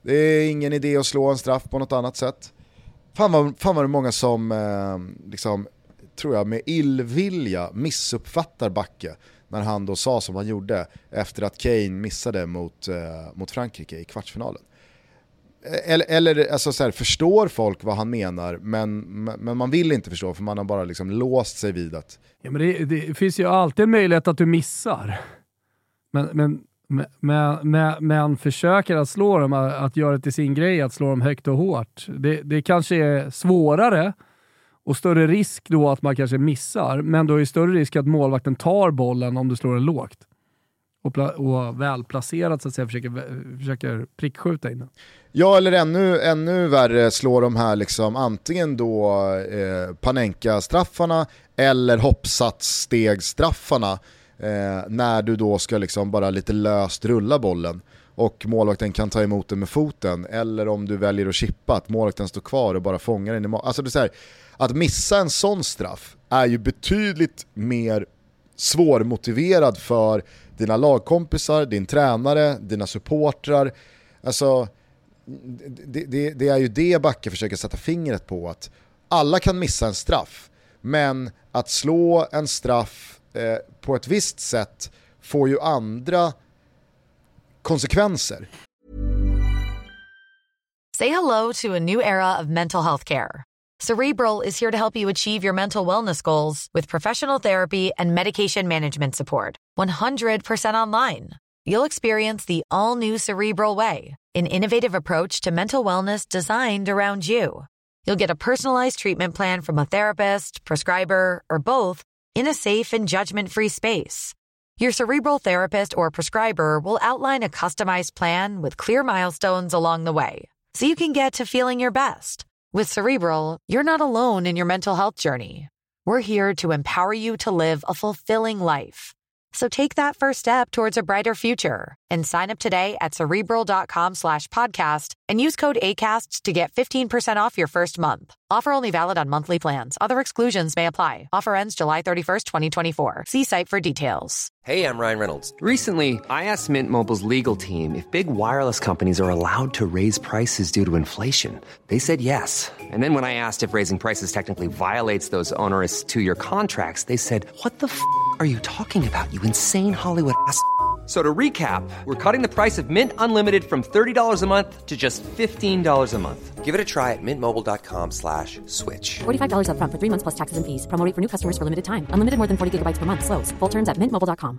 Det är ingen idé att slå en straff på något annat sätt. Fan vad, fan vad det är många som eh, liksom, tror jag med illvilja missuppfattar Backe när han då sa som han gjorde efter att Kane missade mot, eh, mot Frankrike i kvartsfinalen. Eller, eller alltså så här, förstår folk vad han menar, men, men man vill inte förstå för man har bara liksom låst sig vid att... Ja, men det, det finns ju alltid en möjlighet att du missar. Men, men, men, men, men försöker att slå dem, att göra det till sin grej, att slå dem högt och hårt. Det, det kanske är svårare och större risk då att man kanske missar, men då är det större risk att målvakten tar bollen om du slår den lågt. Och, pla- och välplacerat så att säga försöker, försöker prickskjuta in den. Ja, eller ännu, ännu värre slår de här liksom antingen då eh, Panenka-straffarna eller hoppsatsstegsstraffarna eh, när du då ska liksom bara lite löst rulla bollen och målvakten kan ta emot den med foten, eller om du väljer att chippa att målvakten står kvar och bara fångar den i mål. Alltså det är så här, att missa en sån straff är ju betydligt mer svårmotiverad för dina lagkompisar, din tränare, dina supportrar. Alltså det, det, det är ju det Backe försöker sätta fingret på, att alla kan missa en straff, men att slå en straff eh, på ett visst sätt får ju andra konsekvenser. Say hello to a new era of mental health care. Cerebral is here to help you achieve your mental wellness goals with professional therapy and medication management support. one hundred percent online. You'll experience the all-new Cerebral Way, an innovative approach to mental wellness designed around you. You'll get a personalized treatment plan from a therapist, prescriber, or both in a safe and judgment-free space. Your Cerebral therapist or prescriber will outline a customized plan with clear milestones along the way, so you can get to feeling your best. With Cerebral, you're not alone in your mental health journey. We're here to empower you to live a fulfilling life. So take that first step towards a brighter future and sign up today at Cerebral.com slash podcast and use code ACAST to get fifteen percent off your first month. Offer only valid on monthly plans. Other exclusions may apply. Offer ends July thirty-first, twenty twenty-four. See site for details. Hey, I'm Ryan Reynolds. Recently, I asked Mint Mobile's legal team if big wireless companies are allowed to raise prices due to inflation. They said yes. And then when I asked if raising prices technically violates those onerous two-year contracts, they said, what the f*** are you talking about, you insane Hollywood ass f- So to recap, we're cutting the price of Mint Unlimited from thirty dollars a month to just fifteen dollars a month. Give it a try at mintmobile.com slash switch. forty-five dollars up front for three months plus taxes and fees. Promo rate for new customers for limited time. Unlimited more than forty gigabytes per month. Slows full terms at mint mobile dot com.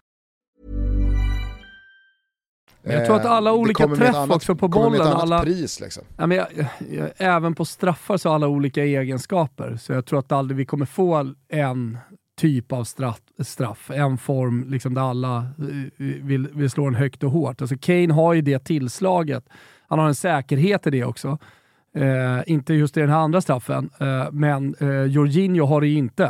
Jag tror att alla olika träff annat, också på bollen. bollen. Alla, pris, liksom. ja, men jag, jag, även på straffar så har alla olika egenskaper. Så jag tror att aldrig vi kommer få en typ av straff, straff en form liksom där alla vill, vill slå en högt och hårt. Alltså Kane har ju det tillslaget. Han har en säkerhet i det också. Eh, inte just i den här andra straffen. Eh, men eh, Jorginho har det ju inte.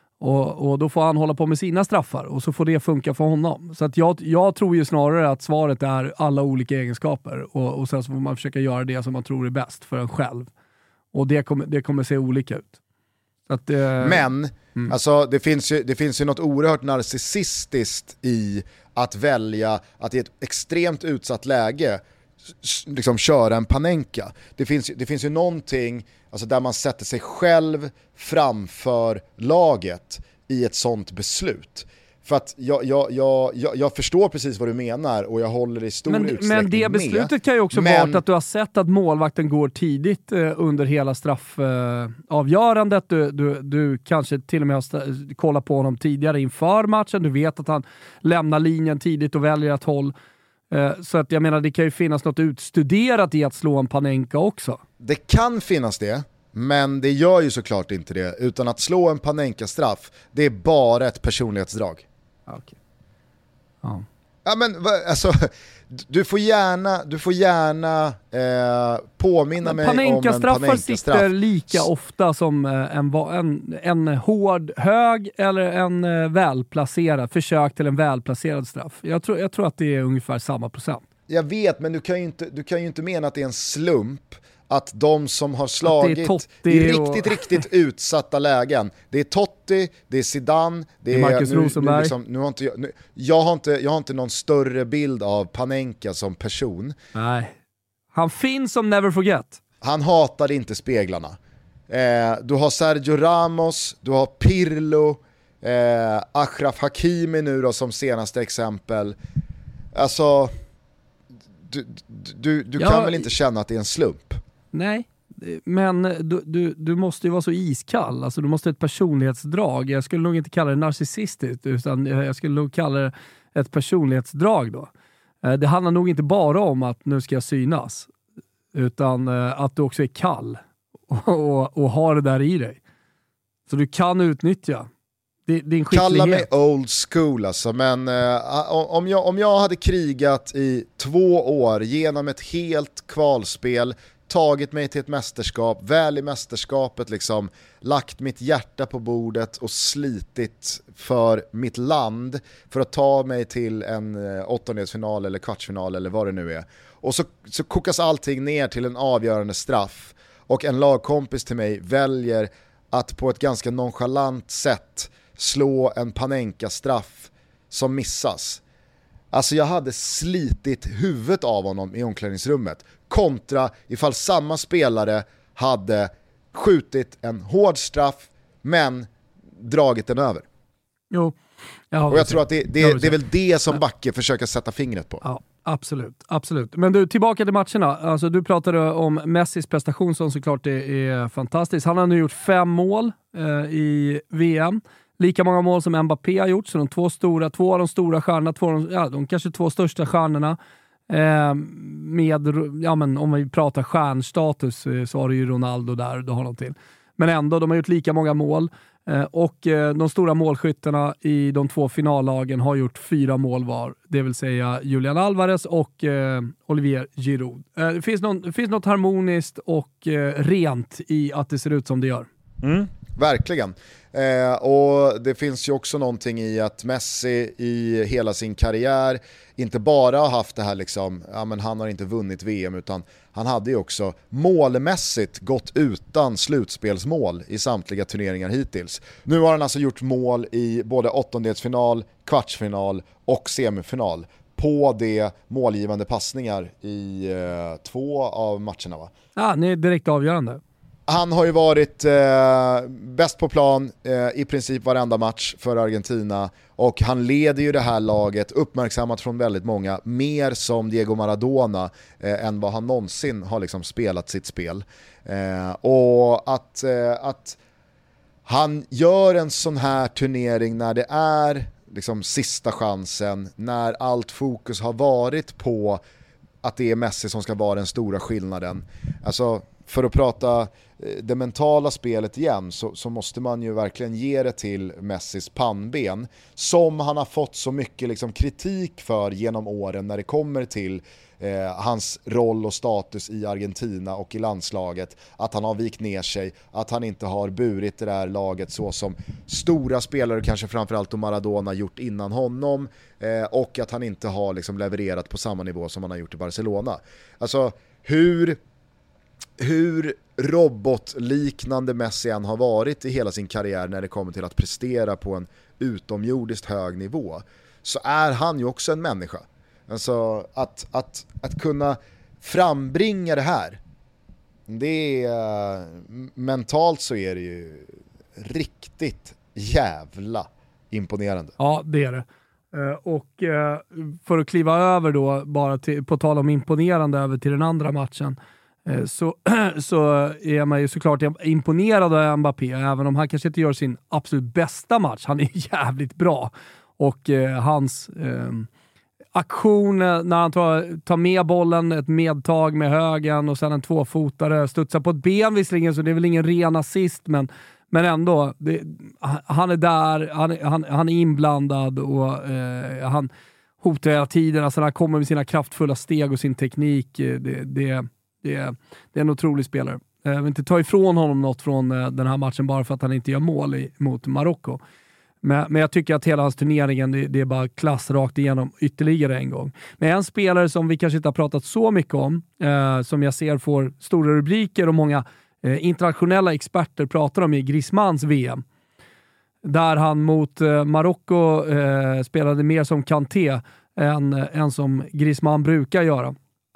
Och, och då får han hålla på med sina straffar. Och så får det funka för honom. Så att jag, jag tror ju snarare att svaret är alla olika egenskaper. Och, och sen så får man försöka göra det som man tror är bäst för en själv. Och det kommer, det kommer se olika ut. Att, eh, Men mm. alltså, det, finns ju, det finns ju något oerhört narcissistiskt i att välja att i ett extremt utsatt läge liksom köra en Panenka. Det finns, det finns ju någonting alltså, där man sätter sig själv framför laget i ett sånt beslut. För att jag, jag, jag, jag, jag förstår precis vad du menar och jag håller i stor men, utsträckning men det beslutet med. kan ju också men... vara att du har sett att målvakten går tidigt eh, under hela straffavgörandet. Eh, du, du, du kanske till och med har st- kollat på honom tidigare inför matchen. Du vet att han lämnar linjen tidigt och väljer ett håll. Eh, så att jag menar, det kan ju finnas något utstuderat i att slå en Panenka också. Det kan finnas det. Men det gör ju såklart inte det, utan att slå en Panenka-straff, det är bara ett personlighetsdrag. Okay. Ja. Ja, men alltså, du får gärna, du får gärna eh, påminna mig om en Panenka-straffar Panenka-straff. sitter lika ofta som en, en, en hård hög eller en välplacerad, försök till en välplacerad straff. Jag tror, jag tror att det är ungefär samma procent. Jag vet, men du kan ju inte, du kan ju inte mena att det är en slump att de som har slagit i riktigt, och... riktigt utsatta lägen, det är Totti, det är Zidane, det är Marcus nu, Rosenberg. Nu liksom, nu har inte jag, nu, jag, har inte, jag har inte någon större bild av Panenka som person. Nej, Han finns som never forget. Han hatade inte speglarna. Eh, du har Sergio Ramos, du har Pirlo, eh, Achraf Hakimi nu då som senaste exempel. Alltså, du, du, du ja, kan väl inte känna att det är en slump? Nej, men du, du, du måste ju vara så iskall. Alltså, du måste ha ett personlighetsdrag. Jag skulle nog inte kalla det narcissistiskt, utan jag skulle nog kalla det ett personlighetsdrag då. Eh, det handlar nog inte bara om att nu ska jag synas, utan eh, att du också är kall och, och, och har det där i dig. Så du kan utnyttja din skicklighet. Kalla mig old school alltså, men uh, om, jag, om jag hade krigat i två år genom ett helt kvalspel, tagit mig till ett mästerskap, väl i mästerskapet liksom, lagt mitt hjärta på bordet och slitit för mitt land för att ta mig till en uh, åttondelsfinal eller kvartsfinal eller vad det nu är. Och så, så kokas allting ner till en avgörande straff och en lagkompis till mig väljer att på ett ganska nonchalant sätt slå en Panenka-straff som missas. Alltså jag hade slitit huvudet av honom i omklädningsrummet. Kontra ifall samma spelare hade skjutit en hård straff men dragit den över. Jo. Jag och jag tror att det, det, det är väl det som Backe försöker sätta fingret på. Ja, absolut, absolut. Men du, tillbaka till matcherna. Alltså, du pratade om Messis prestation som såklart är, är fantastisk. Han har nu gjort fem mål eh, i V M. Lika många mål som Mbappé har gjort. Så de två stora, två av de stora stjärnorna, två av de, ja, de kanske två största stjärnorna. Eh, med, ja men om vi pratar stjärnstatus eh, så har du ju Ronaldo där, du har något till. Men ändå, de har gjort lika många mål. Eh, och eh, de stora målskyttarna i de två finallagen har gjort fyra mål var. Det vill säga Julian Alvarez och eh, Olivier Giroud. Eh, det, finns någon, det finns något harmoniskt och eh, rent i att det ser ut som det gör. Mm. Verkligen. Eh, och det finns ju också någonting i att Messi i hela sin karriär inte bara har haft det här liksom, ja men han har inte vunnit V M, utan han hade ju också målmässigt gått utan slutspelsmål i samtliga turneringar hittills. Nu har han alltså gjort mål i både åttondelsfinal, kvartsfinal och semifinal på det målgivande passningar i eh, två av matcherna, va? Ja, det är direkt avgörande. Han har ju varit eh, bäst på plan eh, i princip varenda match för Argentina, och han leder ju det här laget, uppmärksammat från väldigt många, mer som Diego Maradona eh, än vad han någonsin har liksom spelat sitt spel. Eh, och att, eh, att han gör en sån här turnering när det är liksom sista chansen, när allt fokus har varit på att det är Messi som ska vara den stora skillnaden. Alltså, för att prata det mentala spelet igen, så, så måste man ju verkligen ge det till Messis pannben, som han har fått så mycket liksom kritik för genom åren när det kommer till eh, hans roll och status i Argentina och i landslaget, att han har vikt ner sig, att han inte har burit det där laget så som stora spelare, kanske framförallt Maradona, gjort innan honom, eh, och att han inte har liksom levererat på samma nivå som han har gjort i Barcelona. Alltså hur hur robotliknande Messi än har varit i hela sin karriär när det kommer till att prestera på en utomjordiskt hög nivå, så är han ju också en människa. Alltså att, att, att kunna frambringa det här, det är, mentalt så är det ju riktigt jävla imponerande. Ja, det är det. Och för att kliva över då, bara till, på tal om imponerande, över till den andra matchen, Så, så är man ju såklart imponerad av Mbappé, även om han kanske inte gör sin absolut bästa match. Han är jävligt bra. Och eh, hans eh, aktion när han tar, tar med bollen, ett medtag med högen och sen en tvåfotare, studsar på ett ben visserligen, så det är väl ingen ren assist, men, men ändå, det, han är där, han, han, han är inblandad och eh, han hotar hela tiden. Alltså, han kommer med sina kraftfulla steg och sin teknik. Det, det Det är, det är en otrolig spelare. Jag vill inte ta ifrån honom något från den här matchen bara för att han inte gör mål i, mot Marocko. Men, men jag tycker att hela hans turneringen, det, det är bara klass rakt igenom ytterligare en gång. Men en spelare som vi kanske inte har pratat så mycket om, eh, som jag ser får stora rubriker och många eh, internationella experter pratar om, i Griezmanns V M. Där han mot eh, Marocko eh, spelade mer som Kanté än, än som Griezmann brukar göra.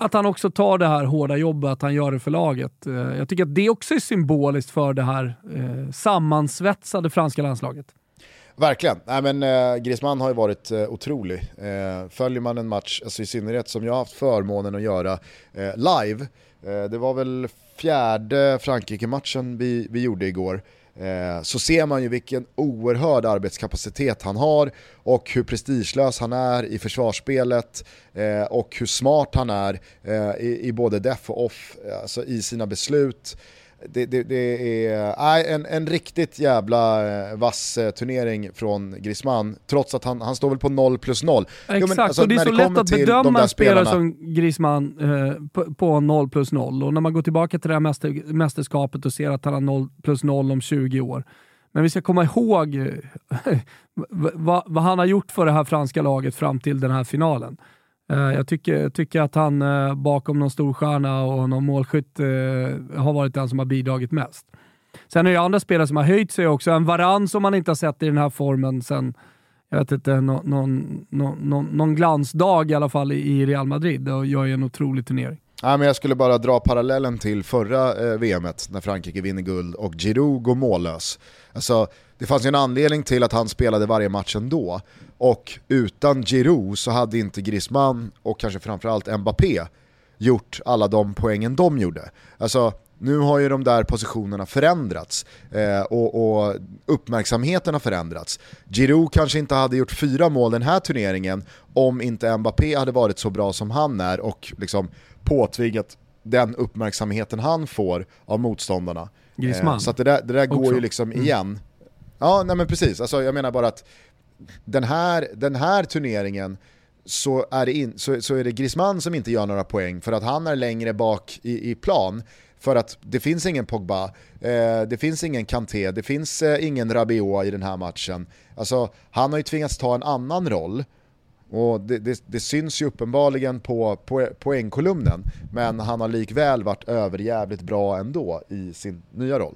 att han också tar det här hårda jobbet, att han gör det för laget. Jag tycker att det också är symboliskt för det här eh, sammansvetsade franska landslaget. Verkligen. Nej, men, eh, Griezmann har ju varit eh, otrolig. Eh, följer man en match, alltså i synnerhet som jag har haft förmånen att göra eh, live, eh, det var väl fjärde Frankrike-matchen vi, vi gjorde igår, eh, så ser man ju vilken oerhörd arbetskapacitet han har och hur prestigelös han är i försvarsspelet eh, och hur smart han är eh, i, i både def och off, alltså i sina beslut. Det, det, det är äh, en, en riktigt jävla äh, vass äh, turnering från Griezmann, trots att han, han står väl på noll plus noll. Exakt, jo, men, alltså, och det är så det lätt att bedöma en spelare spelarna... som Griezmann eh, på, på noll plus noll. Och när man går tillbaka till det här mäster, mästerskapet och ser att han har noll plus noll om tjugo år. Men vi ska komma ihåg eh, vad, vad han har gjort för det här franska laget fram till den här finalen. Jag tycker, tycker att han eh, bakom någon storstjärna och någon målskytt eh, har varit den som har bidragit mest. Sen är det andra spelare som har höjt sig också. En Varane som man inte har sett i den här formen sen, jag vet inte, no, någon, no, no, någon glansdag i alla fall i Real Madrid, och gör ju en otrolig turnering. Ja, men jag skulle bara dra parallellen till förra eh, V M:et när Frankrike vinner guld och Giroud går mållös. Alltså, det fanns ju en anledning till att han spelade varje match ändå. Och utan Giroud så hade inte Griezmann och kanske framförallt Mbappé gjort alla de poängen de gjorde. Alltså, nu har ju de där positionerna förändrats eh, och, och uppmärksamheten har förändrats. Giroud kanske inte hade gjort fyra mål den här turneringen om inte Mbappé hade varit så bra som han är och liksom påtvingat den uppmärksamheten han får av motståndarna. Eh, så att det där, det där går ju liksom mm. igen. Ja, nej men precis. Alltså, jag menar bara att den här, den här turneringen så är, det in, så, så är det Griezmann som inte gör några poäng för att han är längre bak i, i plan. För att det finns ingen Pogba, eh, det finns ingen Kanté, det finns eh, ingen Rabiot i den här matchen. Alltså, han har ju tvingats ta en annan roll. Och det, det, det syns ju uppenbarligen på, på poängkolumnen. Men han har likväl varit överjävligt bra ändå i sin nya roll.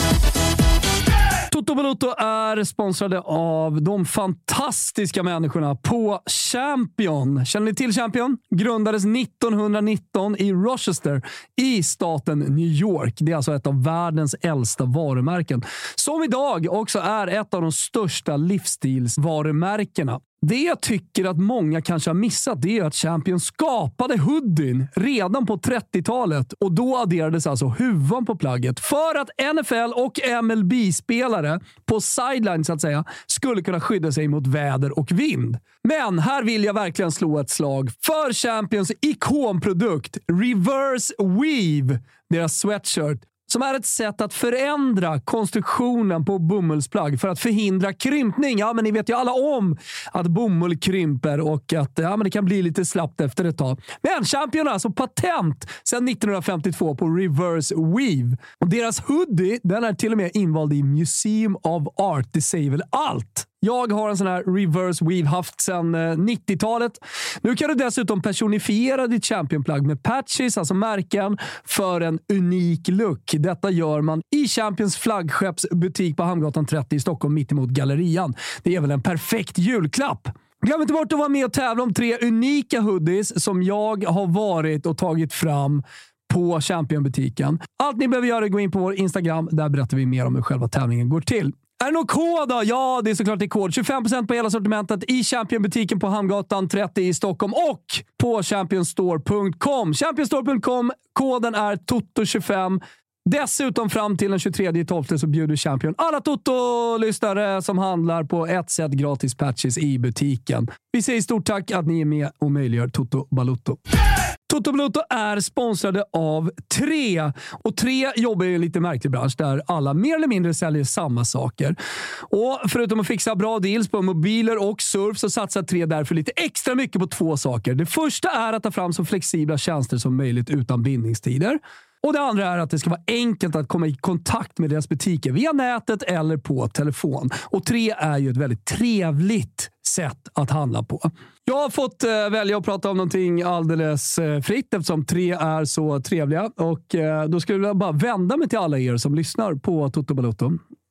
Toto Balotto är sponsrade av de fantastiska människorna på Champion. Känner ni till Champion? Grundades nittonhundranitton i Rochester i staten New York. Det är alltså ett av världens äldsta varumärken. Som idag också är ett av de största livsstilsvarumärkena. Det jag tycker att många kanske har missat, det är att Champion skapade hoodien redan på trettiotalet, och då adderades alltså huvan på plagget för att N F L och M L B-spelare på sideline så att säga skulle kunna skydda sig mot väder och vind. Men här vill jag verkligen slå ett slag för Champions ikonprodukt Reverse Weave, deras sweatshirt, som är ett sätt att förändra konstruktionen på bomullsplagg för att förhindra krympning. Ja, men ni vet ju alla om att bomull krymper och att ja, men det kan bli lite slappt efter ett tag. Men Champion har alltså patent sedan nittonhundrafemtiotvå på Reverse Weave. Och deras hoodie, den är till och med invald i Museum of Art. Det säger väl allt. Jag har en sån här Reverse Weave haft sedan nittiotalet. Nu kan du dessutom personifiera ditt Champion-plagg med patches, alltså märken, för en unik look. Detta gör man i Champions flaggskeppsbutik på Hamngatan trettio i Stockholm mitt emot Gallerian. Det är väl en perfekt julklapp. Glöm inte bort att vara med och tävla om tre unika hoodies som jag har varit och tagit fram på Champion-butiken. Allt ni behöver göra är att gå in på vår Instagram. Där berättar vi mer om hur själva tävlingen går till. Är det någon kod då? Ja, det är såklart det kod. tjugofem procent på hela sortimentet i Champion-butiken på Hamngatan trettio i Stockholm och på championstore punkt com. championstore punkt com, koden är Toto tjugofem. Dessutom fram till den tjugotredje december så bjuder Champion alla Toto-lyssnare som handlar på ett sätt gratis patches i butiken. Vi säger stort tack att ni är med och möjliggör Toto Balotto. Toto Balotto är sponsrade av Tre. Och Tre jobbar i en lite märklig bransch där alla mer eller mindre säljer samma saker. Och förutom att fixa bra deals på mobiler och surf så satsar Tre därför lite extra mycket på två saker. Det första är att ta fram så flexibla tjänster som möjligt utan bindningstider. Och det andra är att det ska vara enkelt att komma i kontakt med deras butiker via nätet eller på telefon. Och Tre är ju ett väldigt trevligt sätt att handla på. Jag har fått eh, välja att prata om någonting alldeles eh, fritt eftersom Tre är så trevliga. Och eh, då skulle jag bara vända mig till alla er som lyssnar på Toto Balotto.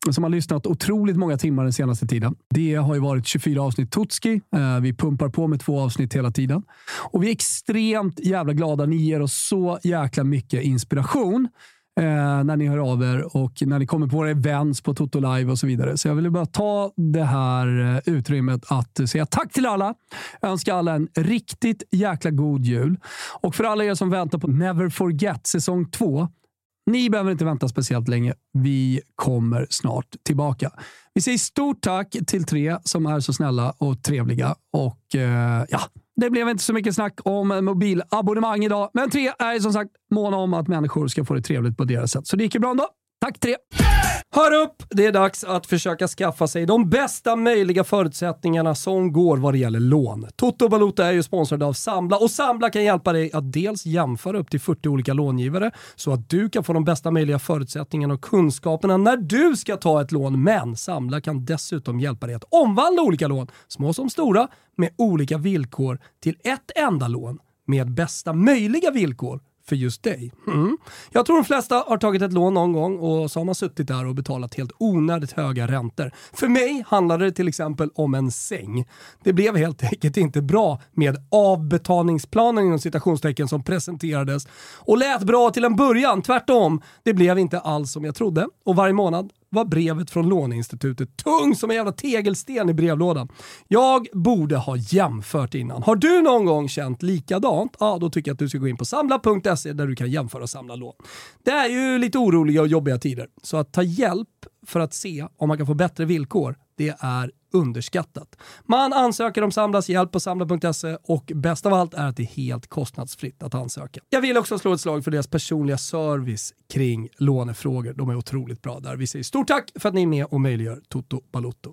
som har lyssnat otroligt många timmar den senaste tiden. Det har ju varit tjugofyra avsnitt Tutski. Eh, vi pumpar på med två avsnitt hela tiden. Och vi är extremt jävla glada. Ni ger oss så jäkla mycket inspiration eh, när ni hör av er och när ni kommer på våra events på Toto Live och så vidare. Så jag vill bara ta det här utrymmet att säga tack till alla. Jag önskar alla en riktigt jäkla god jul. Och för alla er som väntar på Never Forget säsong två, ni behöver inte vänta speciellt länge. Vi kommer snart tillbaka. Vi säger stort tack till tre som är så snälla och trevliga. Och eh, ja, det blev inte så mycket snack om mobilabonnemang idag. Men tre är som sagt måna om att människor ska få det trevligt på deras sätt. Så det gick ju bra ändå. Tack tre! Hör upp! Det är dags att försöka skaffa sig de bästa möjliga förutsättningarna som går vad det gäller lån. Toto Balotto är ju sponsrad av Sambla och Sambla kan hjälpa dig att dels jämföra upp till fyrtio olika långivare så att du kan få de bästa möjliga förutsättningarna och kunskaperna när du ska ta ett lån. Men Sambla kan dessutom hjälpa dig att omvandla olika lån, små som stora, med olika villkor till ett enda lån med bästa möjliga villkor för just dig. Mm. Jag tror de flesta har tagit ett lån någon gång och så har man suttit där och betalat helt onödigt höga räntor. För mig handlade det till exempel om en säng. Det blev helt enkelt inte bra med avbetalningsplanen inom citationstecken som presenterades och lät bra till en början. Tvärtom, det blev inte alls som jag trodde. Och varje månad var brevet från låneinstitutet tung som en jävla tegelsten i brevlådan. Jag borde ha jämfört innan. Har du någon gång känt likadant? Ja, då tycker jag att du ska gå in på samla punkt se där du kan jämföra och samla lån. Det är ju lite oroliga och jobbiga tider. Så att ta hjälp för att se om man kan få bättre villkor, det är underskattat. Man ansöker om Samlas hjälp på samla punkt se och bäst av allt är att det är helt kostnadsfritt att ansöka. Jag vill också slå ett slag för deras personliga service kring lånefrågor. De är otroligt bra där. Vi säger stort tack för att ni är med och möjliggör Toto Balotto.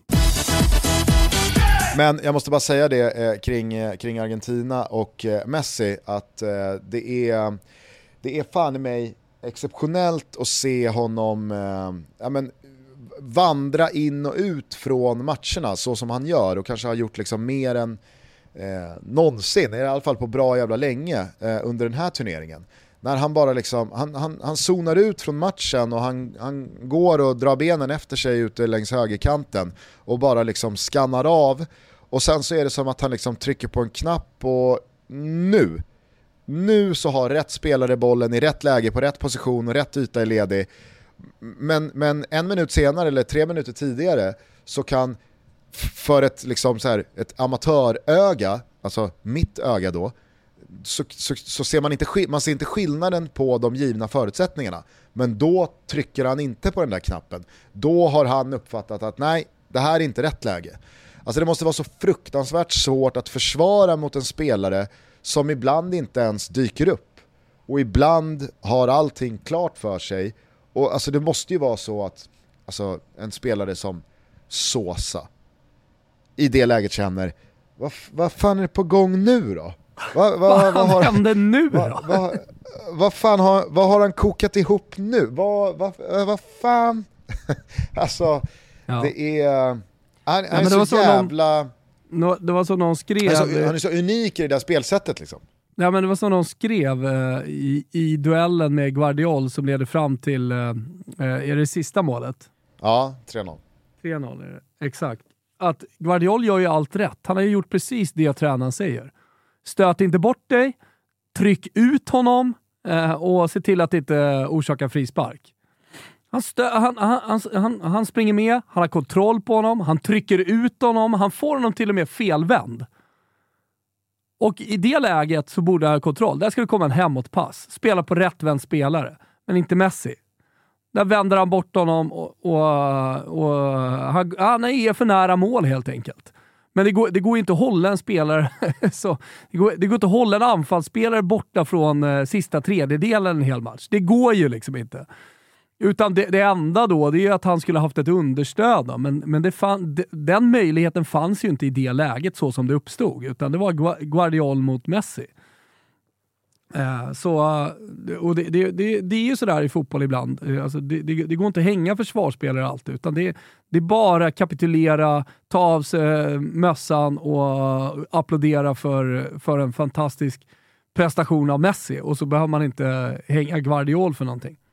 Men jag måste bara säga det eh, kring, eh, kring Argentina och eh, Messi att eh, det, är, det är fan i mig exceptionellt att se honom eh, ja, men, vandra in och ut från matcherna så som han gör och kanske har gjort liksom mer än eh, någonsin, i alla fall på bra jävla länge eh, under den här turneringen. När han bara liksom, han, han, han zonar ut från matchen och han, han går och drar benen efter sig ute längs högerkanten och bara liksom skannar av. Och sen så är det som att han liksom trycker på en knapp och nu, nu så har rätt spelare bollen i rätt läge på rätt position och rätt yta är ledig. Men, men en minut senare eller tre minuter tidigare så kan för ett, liksom så här, ett amatöröga, alltså mitt öga då, Så, så, så ser man inte, man ser inte skillnaden på de givna förutsättningarna. Men då trycker han inte på den där knappen. Då har han uppfattat att nej, det här är inte rätt läge. Alltså det måste vara så fruktansvärt svårt att försvara mot en spelare som ibland inte ens dyker upp. Och ibland har allting klart för sig. Och alltså det måste ju vara så att alltså, en spelare som Sosa i det läget känner vad, vad fan är på gång nu då? Vad va, va har han nu då? Vad va, va fan har, vad har han kokat ihop nu? Vad va, va fan? Alltså, ja. Det är... Han, ja, han är så, så jävla... Någon, det var så någon skrev... Han är så, han är så unik i det där spelsättet liksom. Ja, men det var så någon skrev eh, i, i duellen med Guardiol som ledde fram till... Eh, är det sista målet? Ja, tre noll. tre noll är det, exakt. Att Guardiol gör ju allt rätt. Han har ju gjort precis det tränaren säger. Stöt inte bort dig, tryck ut honom eh, och se till att det inte orsakar frispark. Han, stö- han, han, han, han springer med, han har kontroll på honom, han trycker ut honom, han får honom till och med felvänd. Och i det läget så borde han ha kontroll. Där ska det komma en hemåtpass. Spela på rättvänd spelare, men inte Messi. Där vänder han bort honom och, och, och han, han är för nära mål helt enkelt. Men det går, det går inte att hålla en spelare så, det, går, det går inte att hålla en anfallsspelare borta från eh, sista tredjedelen en hel match. Det går ju liksom inte. Utan det, det enda då, det är att han skulle haft ett understöd då. Men, men det fann, det, den möjligheten fanns ju inte i det läget så som det uppstod. Utan det var Guardiol mot Messi. Eh, så, och det, det, det, det är ju sådär i fotboll ibland. Alltså det, det, det går inte att hänga försvarsspelare alltid, utan det, det är bara kapitulera, ta av sig mössan och applådera för, för en fantastisk prestation av Messi, och så behöver man inte hänga Guardiol för någonting.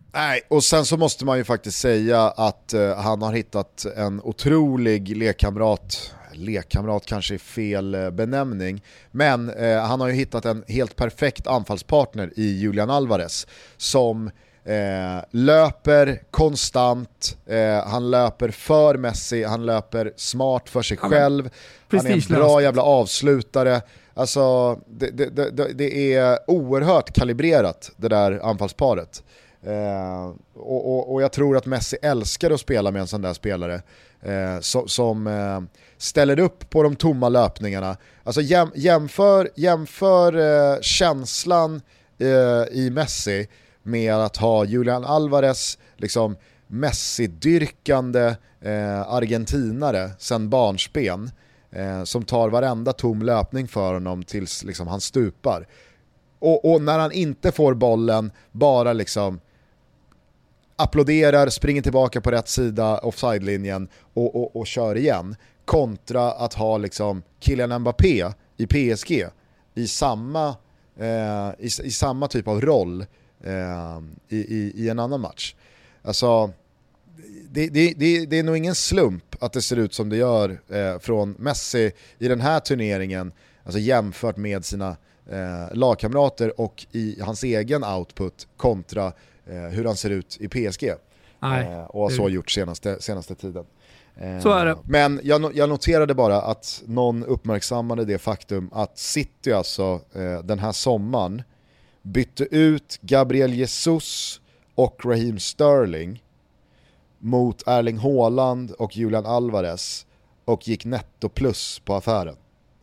Nej, och sen så måste man ju faktiskt säga att uh, han har hittat en otrolig lekkamrat. Lekkamrat kanske är fel uh, benämning, men uh, han har ju hittat en helt perfekt anfallspartner i Julian Alvarez som uh, löper konstant, uh, han löper för Messi, han löper smart för sig själv, han är en bra jävla avslutare. Alltså det, det, det, det är oerhört kalibrerat, det där anfallsparet. Eh, och, och, och jag tror att Messi älskar att spela med en sån där spelare eh, so, som eh, ställer upp på de tomma löpningarna. Alltså jäm, jämför, jämför eh, känslan eh, i Messi med att ha Julian Alvarez, liksom Messi-dyrkande eh, argentinare sen barnsben, eh, som tar varenda tom löpning för honom tills liksom, han stupar. Och, och när han inte får bollen bara liksom applåderar, springer tillbaka på rätt sida offside-linjen och, och, och kör igen, kontra att ha liksom Kylian Mbappé i P S G i samma, eh, i, i samma typ av roll eh, i, i, i en annan match. Alltså det, det, det, det är nog ingen slump att det ser ut som det gör eh, från Messi i den här turneringen, alltså jämfört med sina eh, lagkamrater och i hans egen output kontra hur han ser ut i P S G. Nej, eh, och har så gjort senaste, senaste tiden. Eh, så är det. Men jag, jag noterade bara att någon uppmärksammade det faktum att City alltså eh, den här sommaren bytte ut Gabriel Jesus och Raheem Sterling mot Erling Haaland och Julian Alvarez och gick netto plus på affären.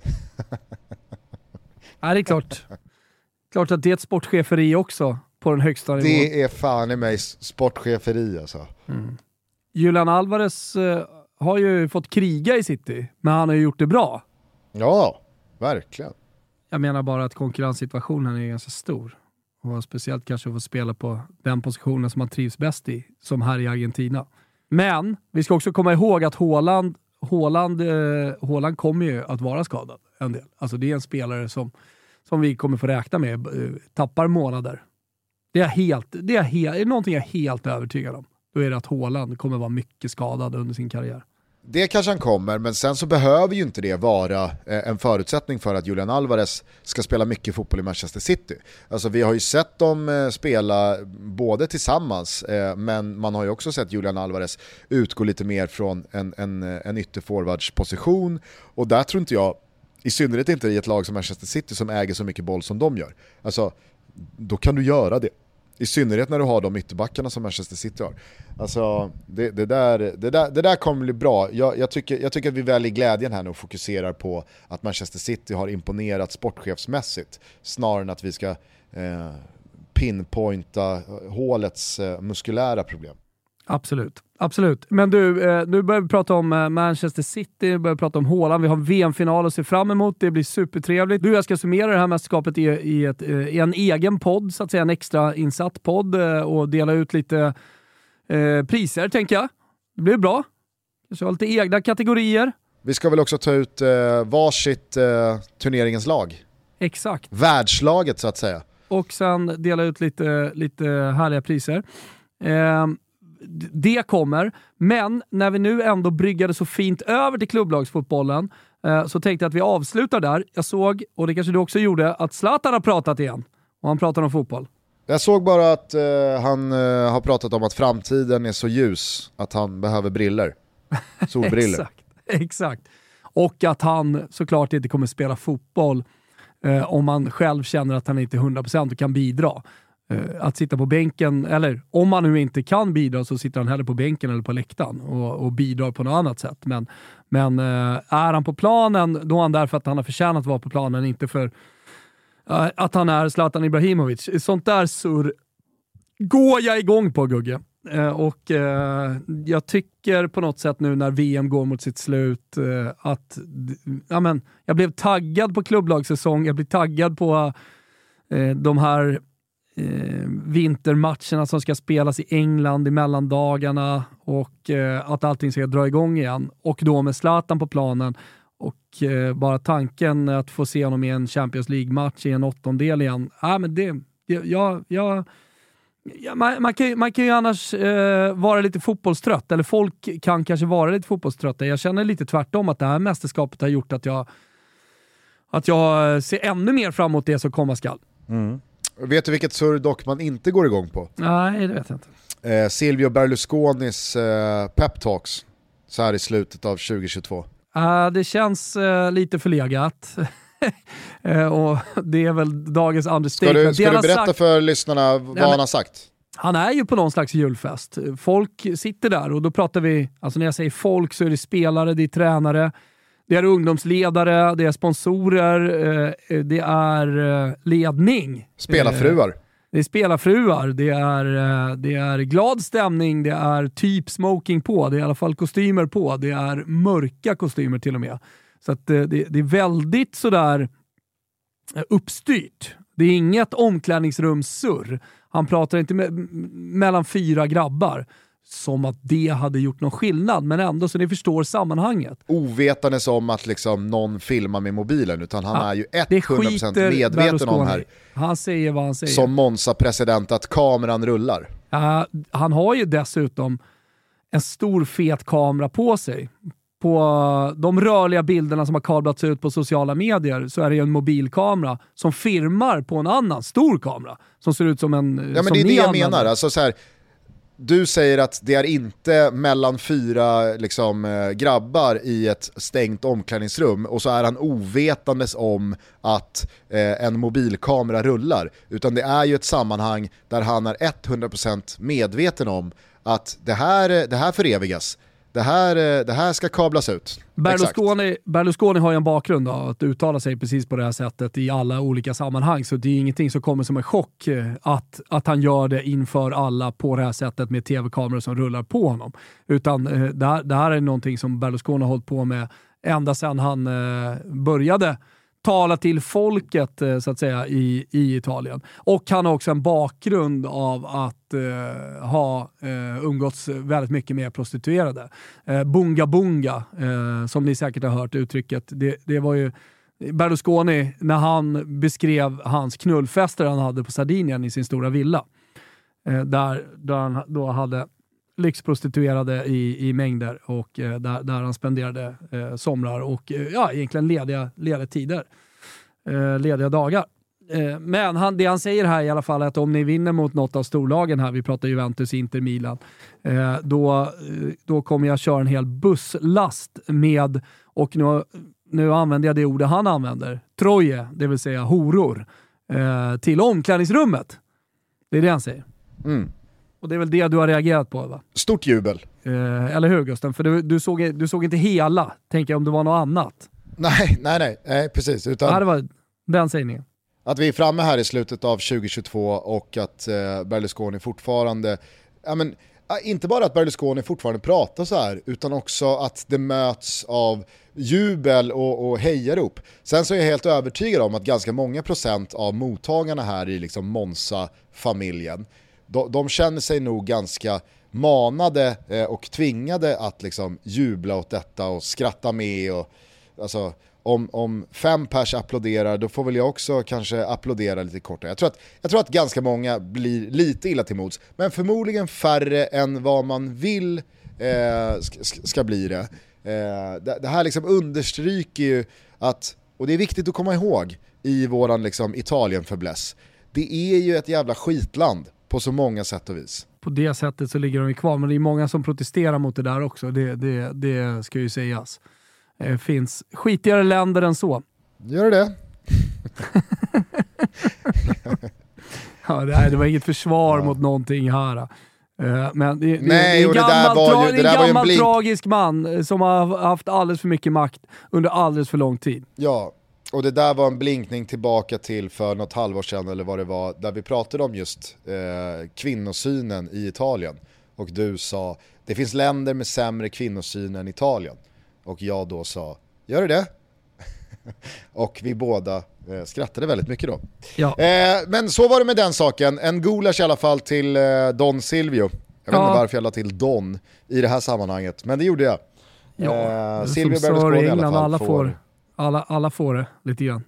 Ja, det är klart. Klart att det är ett sportcheferi också. På den högsta nivån. Det är fan i mig sportcheferi alltså. Mm. Julian Alvarez eh, har ju fått kriga i City, men han har ju gjort det bra. Ja, verkligen. Jag menar bara att konkurrenssituationen är ganska stor. Och speciellt kanske att få spela på den positionen som man trivs bäst i, som här i Argentina. Men vi ska också komma ihåg att Haaland, Haaland, eh, Haaland kommer ju att vara skadad en del. Alltså det är en spelare som, som vi kommer få räkna med eh, tappar månader. Det är, helt, det är, helt, är någonting jag är helt övertygad om. Då är det att Haaland kommer vara mycket skadad under sin karriär. Det kanske han kommer, men sen så behöver ju inte det vara en förutsättning för att Julian Alvarez ska spela mycket fotboll i Manchester City. Alltså vi har ju sett dem spela både tillsammans, men man har ju också sett Julian Alvarez utgå lite mer från en, en, en ytterforwardsposition, och där tror inte jag, i synnerhet inte i ett lag som Manchester City som äger så mycket boll som de gör. Alltså då kan du göra det. I synnerhet när du har de ytterbackarna som Manchester City har. Alltså, det, det, där, det, där, det där kommer bli bra. Jag, jag, tycker, jag tycker att vi väljer glädjen här nu och fokuserar på att Manchester City har imponerat sportchefsmässigt snarare än att vi ska eh, pinpointa hålets eh, muskulära problem. Absolut, absolut. Men du, eh, nu börjar vi prata om eh, Manchester City, nu börjar vi prata om Haaland. Vi har V M-final att se fram emot, det blir supertrevligt. Du, jag ska summera det här mästerskapet i, i, ett, eh, i en egen podd, så att säga en extra insatt podd, eh, och dela ut lite eh, priser, tänker jag. Det blir bra. Jag har lite egna kategorier. Vi ska väl också ta ut eh, varsitt eh, turneringens lag. Exakt. Världslaget så att säga. Och sen dela ut lite, lite härliga priser. Eh, Det kommer, men när vi nu ändå bryggade så fint över till klubblagsfotbollen eh, så tänkte jag att vi avslutar där. Jag såg, och det kanske du också gjorde, att Zlatan har pratat igen. Och han pratar om fotboll. Jag såg bara att eh, han eh, har pratat om att framtiden är så ljus att han behöver briller. Solbriller. Exakt, exakt. Och att han såklart inte kommer spela fotboll eh, om han själv känner att han inte är hundra procent och kan bidra. Att sitta på bänken, eller om man nu inte kan bidra så sitter han heller på bänken eller på läktaren och, och bidrar på något annat sätt. Men, men är han på planen, då är han där för att han har förtjänat att vara på planen, inte för uh, att han är Zlatan Ibrahimovic. Sånt där surr går jag igång på, Gugge. Uh, och uh, jag tycker på något sätt nu när V M går mot sitt slut uh, att ja, men, jag blev taggad på klubblagssäsong, jag blev taggad på uh, de här Eh, vintermatcherna som ska spelas i England i mellandagarna, och eh, att allting ska dra igång igen, och då med Zlatan på planen, och eh, bara tanken att få se honom i en Champions League-match i en åttondel igen, äh, men det, det, jag, jag, Ja, man, man, kan, man kan ju annars eh, vara lite fotbollstrött, eller folk kan kanske vara lite fotbollströtta. Jag känner lite tvärtom att det här mästerskapet har gjort att jag att jag ser ännu mer fram emot det som komma skall. Mm. Vet du vilket surr dock man inte går igång på? Nej, det vet jag inte. Eh, Silvio Berlusconis eh, pep talks så här i slutet av tjugohundratjugotvå. Uh, det känns uh, lite förlegat. uh, och det är väl dagens understatement. Ska du, ska du berätta sagt, för lyssnarna vad nej, han har sagt? Han är ju på någon slags julfest. Folk sitter där och då pratar vi, alltså när jag säger folk så är det spelare, det är tränare, det är ungdomsledare, det är sponsorer, uh, det är uh, ledning. Spelarfruar. Uh, Det är spelarfruar, det är, det är glad stämning, det är typ smoking på, det är i alla fall kostymer på, det är mörka kostymer till och med. Så att det, det är väldigt sådär uppstyrt. Det är inget omklädningsrumssurr. Han pratar inte med, mellan fyra grabbar som att det hade gjort någon skillnad, men ändå så ni förstår sammanhanget. Ovetandes om att liksom någon filmar med mobilen, utan han ja, är ju hundra procent medveten om här. Han säger vad han säger. Som Monza-president att kameran rullar. Uh, han har ju dessutom en stor fet kamera på sig. På de rörliga bilderna som har kablats ut på sociala medier så är det ju en mobilkamera som firmar på en annan stor kamera som ser ut som en... Ja, men det är det jag menar. Alltså så här, du säger att det är inte mellan fyra liksom, eh, grabbar i ett stängt omklädningsrum och så är han ovetandes om att eh, en mobilkamera rullar. Utan det är ju ett sammanhang där han är hundra procent medveten om att det här, det här förevigas. Det här, det här ska kablas ut. Berlusconi, Berlusconi har ju en bakgrund då, att uttala sig precis på det här sättet i alla olika sammanhang. Så det är ingenting som kommer som en chock att, att han gör det inför alla på det här sättet med tv-kameror som rullar på honom. Utan eh, det, här, det här är någonting som Berlusconi har hållit på med ända sedan han eh, började tala till folket så att säga i, i Italien. Och han har också en bakgrund av att eh, ha eh, umgåtts väldigt mycket med prostituerade. Eh, bunga bunga, eh, som ni säkert har hört uttrycket. Det, det var ju Berlusconi när han beskrev hans knullfester han hade på Sardinien i sin stora villa. Eh, där, där han då hade lyxprostituerade i, i mängder och eh, där, där han spenderade eh, somrar och eh, ja, egentligen lediga, lediga tider. Eh, lediga dagar. Eh, men han, det han säger här i alla fall är att om ni vinner mot något av storlagen här, vi pratar Juventus, Inter, Milan, eh, då, då kommer jag köra en hel busslast med, och nu, nu använder jag det ordet han använder, troje, det vill säga horor, eh, till omklädningsrummet. Det är det han säger. Mm. Och det är väl det du har reagerat på, va? Stort jubel. Eh, eller hur, Gusten? För du, du, såg, du såg inte hela, tänker jag, om det var något annat. Nej, nej, nej, nej precis. Utan ja, det var den sägningen. Att vi är framme här i slutet av tjugohundratjugotvå och att eh, Berlusconi fortfarande, ja, men, inte bara att Berlusconi fortfarande pratar så här, utan också att det möts av jubel och, och hejarop. Sen så är jag helt övertygad om att ganska många procent av mottagarna här i liksom Monza-familjen, de, de känner sig nog ganska manade eh, och tvingade att liksom jubla åt detta och skratta med. Och, alltså, om, om fem pers applåderar, då får väl jag också kanske applådera lite kortare. Jag tror att, jag tror att ganska många blir lite illa till mods, men förmodligen färre än vad man vill eh, ska, ska bli det. Eh, det. Det här liksom understryker ju att, och det är viktigt att komma ihåg i våran liksom Italien-fäbless, det är ju ett jävla skitland på så många sätt och vis. På det sättet så ligger de ju kvar, men det är många som protesterar mot det där också, det, det, det ska ju sägas. Det finns skitigare länder än så. Gör det? ja, det, det var inget försvar ja. mot någonting här. Men det, Nej, det, det, det där var ju, det där var ju en gammal tragisk man som har haft alldeles för mycket makt under alldeles för lång tid. Ja, och det där var en blinkning tillbaka till för något halvår sedan eller vad det var, där vi pratade om just eh, kvinnosynen i Italien. Och du sa, det finns länder med sämre kvinnosyn än Italien. Och jag då sa, gör det det? Och vi båda eh, skrattade väldigt mycket då. Ja. Eh, men så var det med den saken. En gulasch i alla fall till eh, Don Silvio. Jag vet ja. inte varför jag la till Don i det här sammanhanget, men det gjorde jag. Ja, eh, Silvio Berlusconi i alla fall alla får... får alla, alla får det lite grann.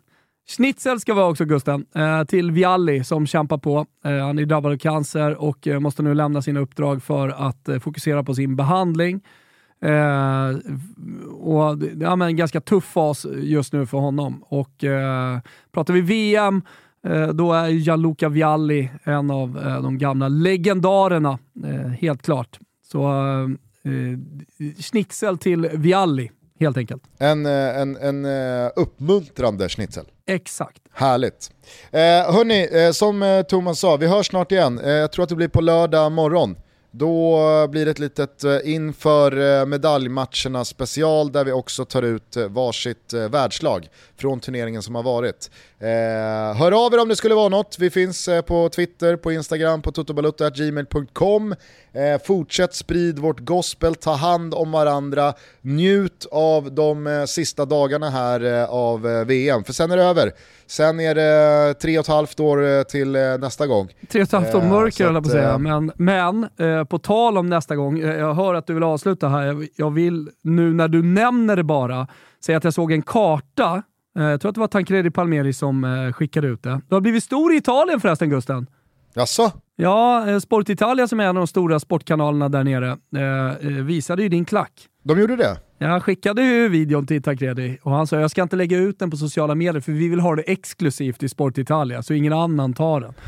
Schnitzel ska vara också, Gusten, eh, till Vialli som kämpar på. Eh, han är drabbad av cancer och eh, måste nu lämna sina uppdrag för att eh, fokusera på sin behandling. Eh, och det är en ganska tuff fas just nu för honom. Och eh, pratar vi V M, eh, då är Gianluca Vialli en av eh, de gamla legendarerna, eh, helt klart. Så eh, Schnitzel till Vialli, helt enkelt. En, en, en uppmuntrande schnitzel. Exakt. Härligt. Eh, hörni, eh, som Thomas sa, vi hörs snart igen. Eh, jag tror att det blir på lördag morgon. Då blir det ett litet inför medaljmatcherna special där vi också tar ut varsitt världslag från turneringen som har varit. Eh, hör av er om det skulle vara något. Vi finns på Twitter, på Instagram, på totobalutta at gmail dot com. Eh, fortsätt sprid vårt gospel, ta hand om varandra, njut av de eh, sista dagarna här eh, av eh, V M. För sen är det över. Sen är det tre och ett halvt år eh, till eh, nästa gång. Tre och ett halvt år mörker, eh, jag på att säga. Men, men eh, på tal om nästa gång, eh, jag hör att du vill avsluta här. Jag, jag vill nu när du nämner det bara säga att jag såg en karta. Eh, jag tror att det var Tancredi Palmieri som eh, skickade ut det. Du har blivit stor i Italien förresten, Gusten. Jaså? Ja, Sport Italia som är en av de stora sportkanalerna där nere eh, visade ju din klack. De gjorde det? Jag skickade ju videon till Tancredi och han sa jag ska inte lägga ut den på sociala medier för vi vill ha det exklusivt i Sport Italia så ingen annan tar den.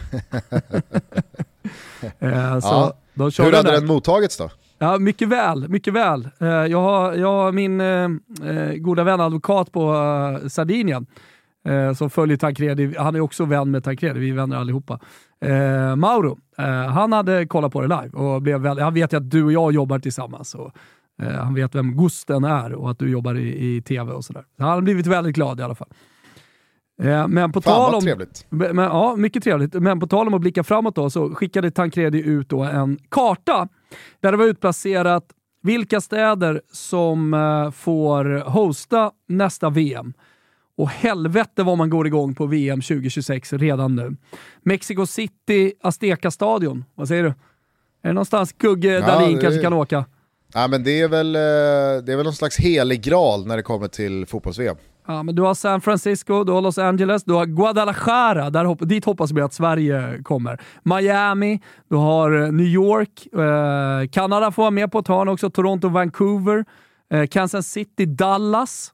eh, så ja. då Hur hade den mottagits då? Ja, mycket väl, mycket väl. Eh, jag, har, jag har min eh, goda vän advokat på eh, Sardinien eh, som följer Tancredi. Han är också vän med Tancredi, vi är vänner allihopa. Eh, Mauro, eh, han hade kollat på det live och blev väl, han vet ju att du och jag jobbar tillsammans och eh, han vet vem Gusten är och att du jobbar i, i tv och sådär. Han har blivit väldigt glad i alla fall. Eh, men på Fan, tal vad om, trevligt. Men, ja, mycket trevligt. Men på tal om att blicka framåt då så skickade Tancredi ut då en karta där det var utplacerat vilka städer som eh, får hosta nästa V M. Och helvete vad man går igång på V M tjugo tjugosex redan nu. Mexico City, Azteca Stadion. Vad säger du? Är det någonstans Gugge Ja, Dahlin det... kanske kan åka? Ja, men det är väl det är väl någon slags helig graal när det kommer till fotbolls-V M. Ja, men du har San Francisco, du har Los Angeles, du har Guadalajara, där hopp- dit hoppas vi att Sverige kommer. Miami, du har New York, eh, Kanada får vara med på ett hörn också, Toronto, Vancouver, eh, Kansas City, Dallas,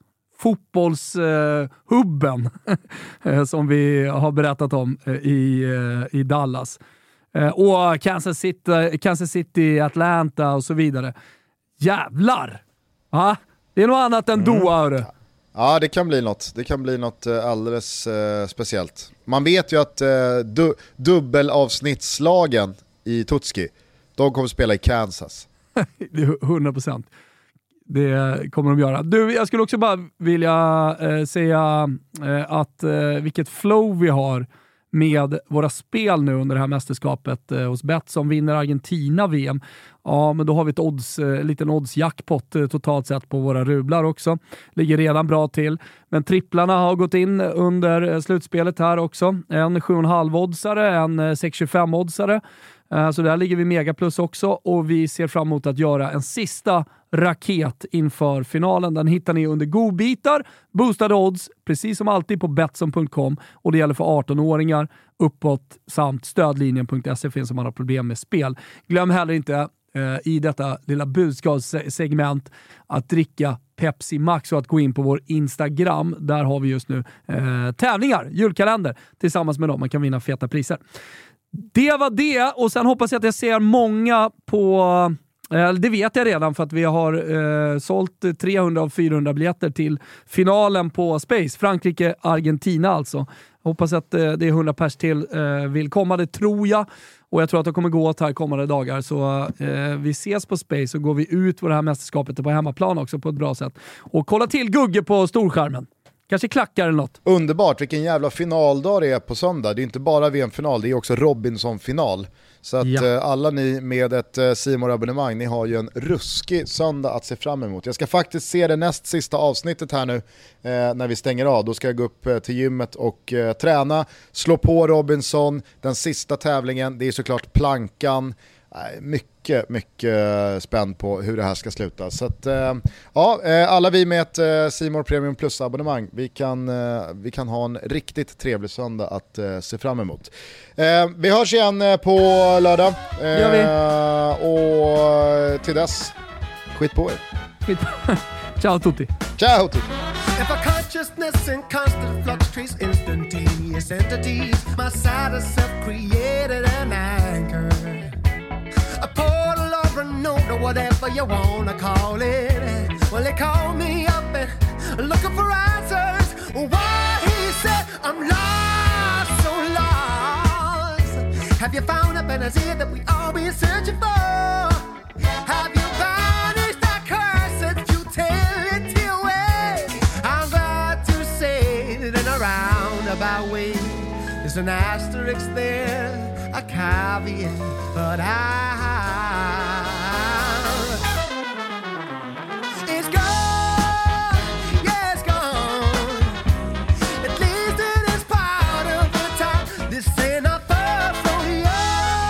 fotbollshubben eh, som vi har berättat om eh, i, eh, i Dallas. Eh, och Kansas City, Kansas City, Atlanta och så vidare. Jävlar! Ja, det är något annat än mm. Doha, hörru. Ja, det kan bli något. Det kan bli något alldeles eh, speciellt. Man vet ju att eh, du, dubbelavsnittslagen i Tutski, de kommer spela i Kansas. Det är hundra procent. Det kommer de göra. Du, jag skulle också bara vilja eh, säga eh, att eh, vilket flow vi har med våra spel nu under det här mästerskapet eh, hos Bet som vinner Argentina V M. Ja, men då har vi ett odds, eh, liten odds-jackpot eh, totalt sett på våra rublar också. Ligger redan bra till. Men tripplarna har gått in under eh, slutspelet här också. En sju komma fem oddsare, en eh, sex komma tjugofem oddsare. Eh, så där ligger vi mega plus också och vi ser fram emot att göra en sista raket inför finalen. Den hittar ni under godbitar, boostade odds, precis som alltid på betsson punkt com och det gäller för arton-åringar uppåt samt stödlinjen punkt se finns om man har problem med spel. Glöm heller inte eh, i detta lilla budskapssegment att dricka Pepsi Max och att gå in på vår Instagram. Där har vi just nu eh, tävlingar, julkalender tillsammans med dem. Man kan vinna feta priser. Det var det och sen hoppas jag att jag ser många på... Det vet jag redan för att vi har eh, sålt trehundra av fyrahundra biljetter till finalen på Space. Frankrike-Argentina alltså. Hoppas att eh, det är hundra pers till eh, vill komma, det tror jag. Och jag tror att det kommer gå åt här kommande dagar. Så eh, vi ses på Space och går vi ut på det här mästerskapet på hemmaplan också på ett bra sätt. Och kolla till Gugge på storskärmen. Kanske klackar eller något. Underbart, vilken jävla finaldag det är på söndag. Det är inte bara V M-final, det är också Robinson-final. Så att ja. eh, alla ni med ett eh, C More-abonnemang, ni har ju en ruskig söndag att se fram emot. Jag ska faktiskt se det näst sista avsnittet här nu eh, när vi stänger av. Då ska jag gå upp eh, till gymmet och eh, träna, slå på Robinson, den sista tävlingen. Det är såklart plankan. mycket, mycket spänd på hur det här ska sluta. Så att, ja, alla vi med ett C More Premium Plus-abonnemang, vi kan, vi kan ha en riktigt trevlig söndag att se fram emot. Vi hörs igen på lördag. Gör vi. Och till dess, skit på er. Skit på er. Ciao tutti. Ciao tutti. If a consciousness in constant flux trace instantaneous entities, my side of self created an anchor, a portal or a node or whatever you wanna call it. Well, they call me up and looking for answers. Why, he said, I'm lost, so lost. Have you found a panacea that we all been searching for? Have you banished that cursed futility away? I'm glad to say that in a roundabout way, there's an asterisk there, a caveat, but I, it's gone, yeah, it's gone. At least it is part of the time. This ain't a first rodeo,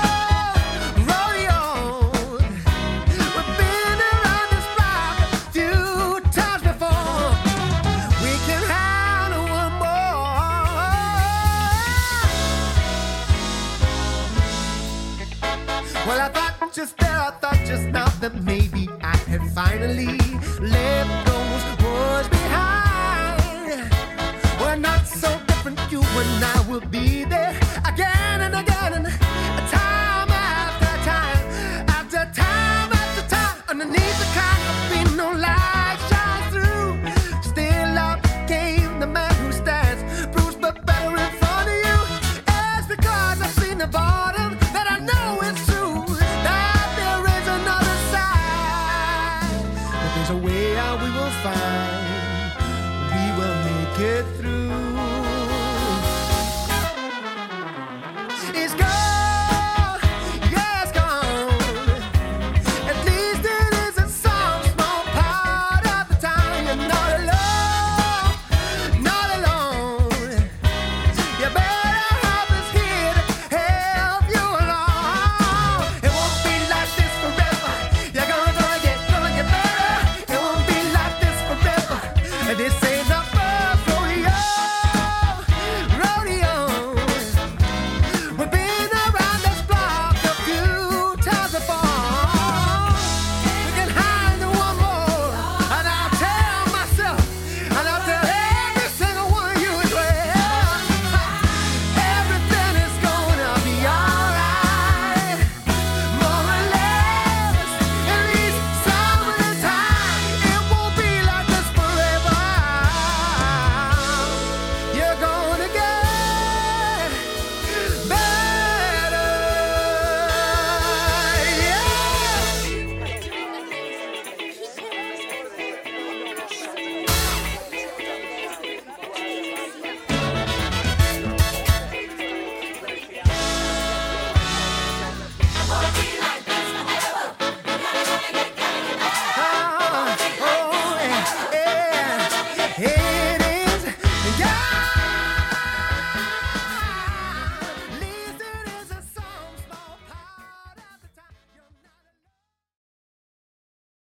rodeo. We've been around this block a few times before. We can handle one more. Well, I thought just there, I thought just now that maybe I had finally left those words behind. We're not so different, you and I will be there again and again and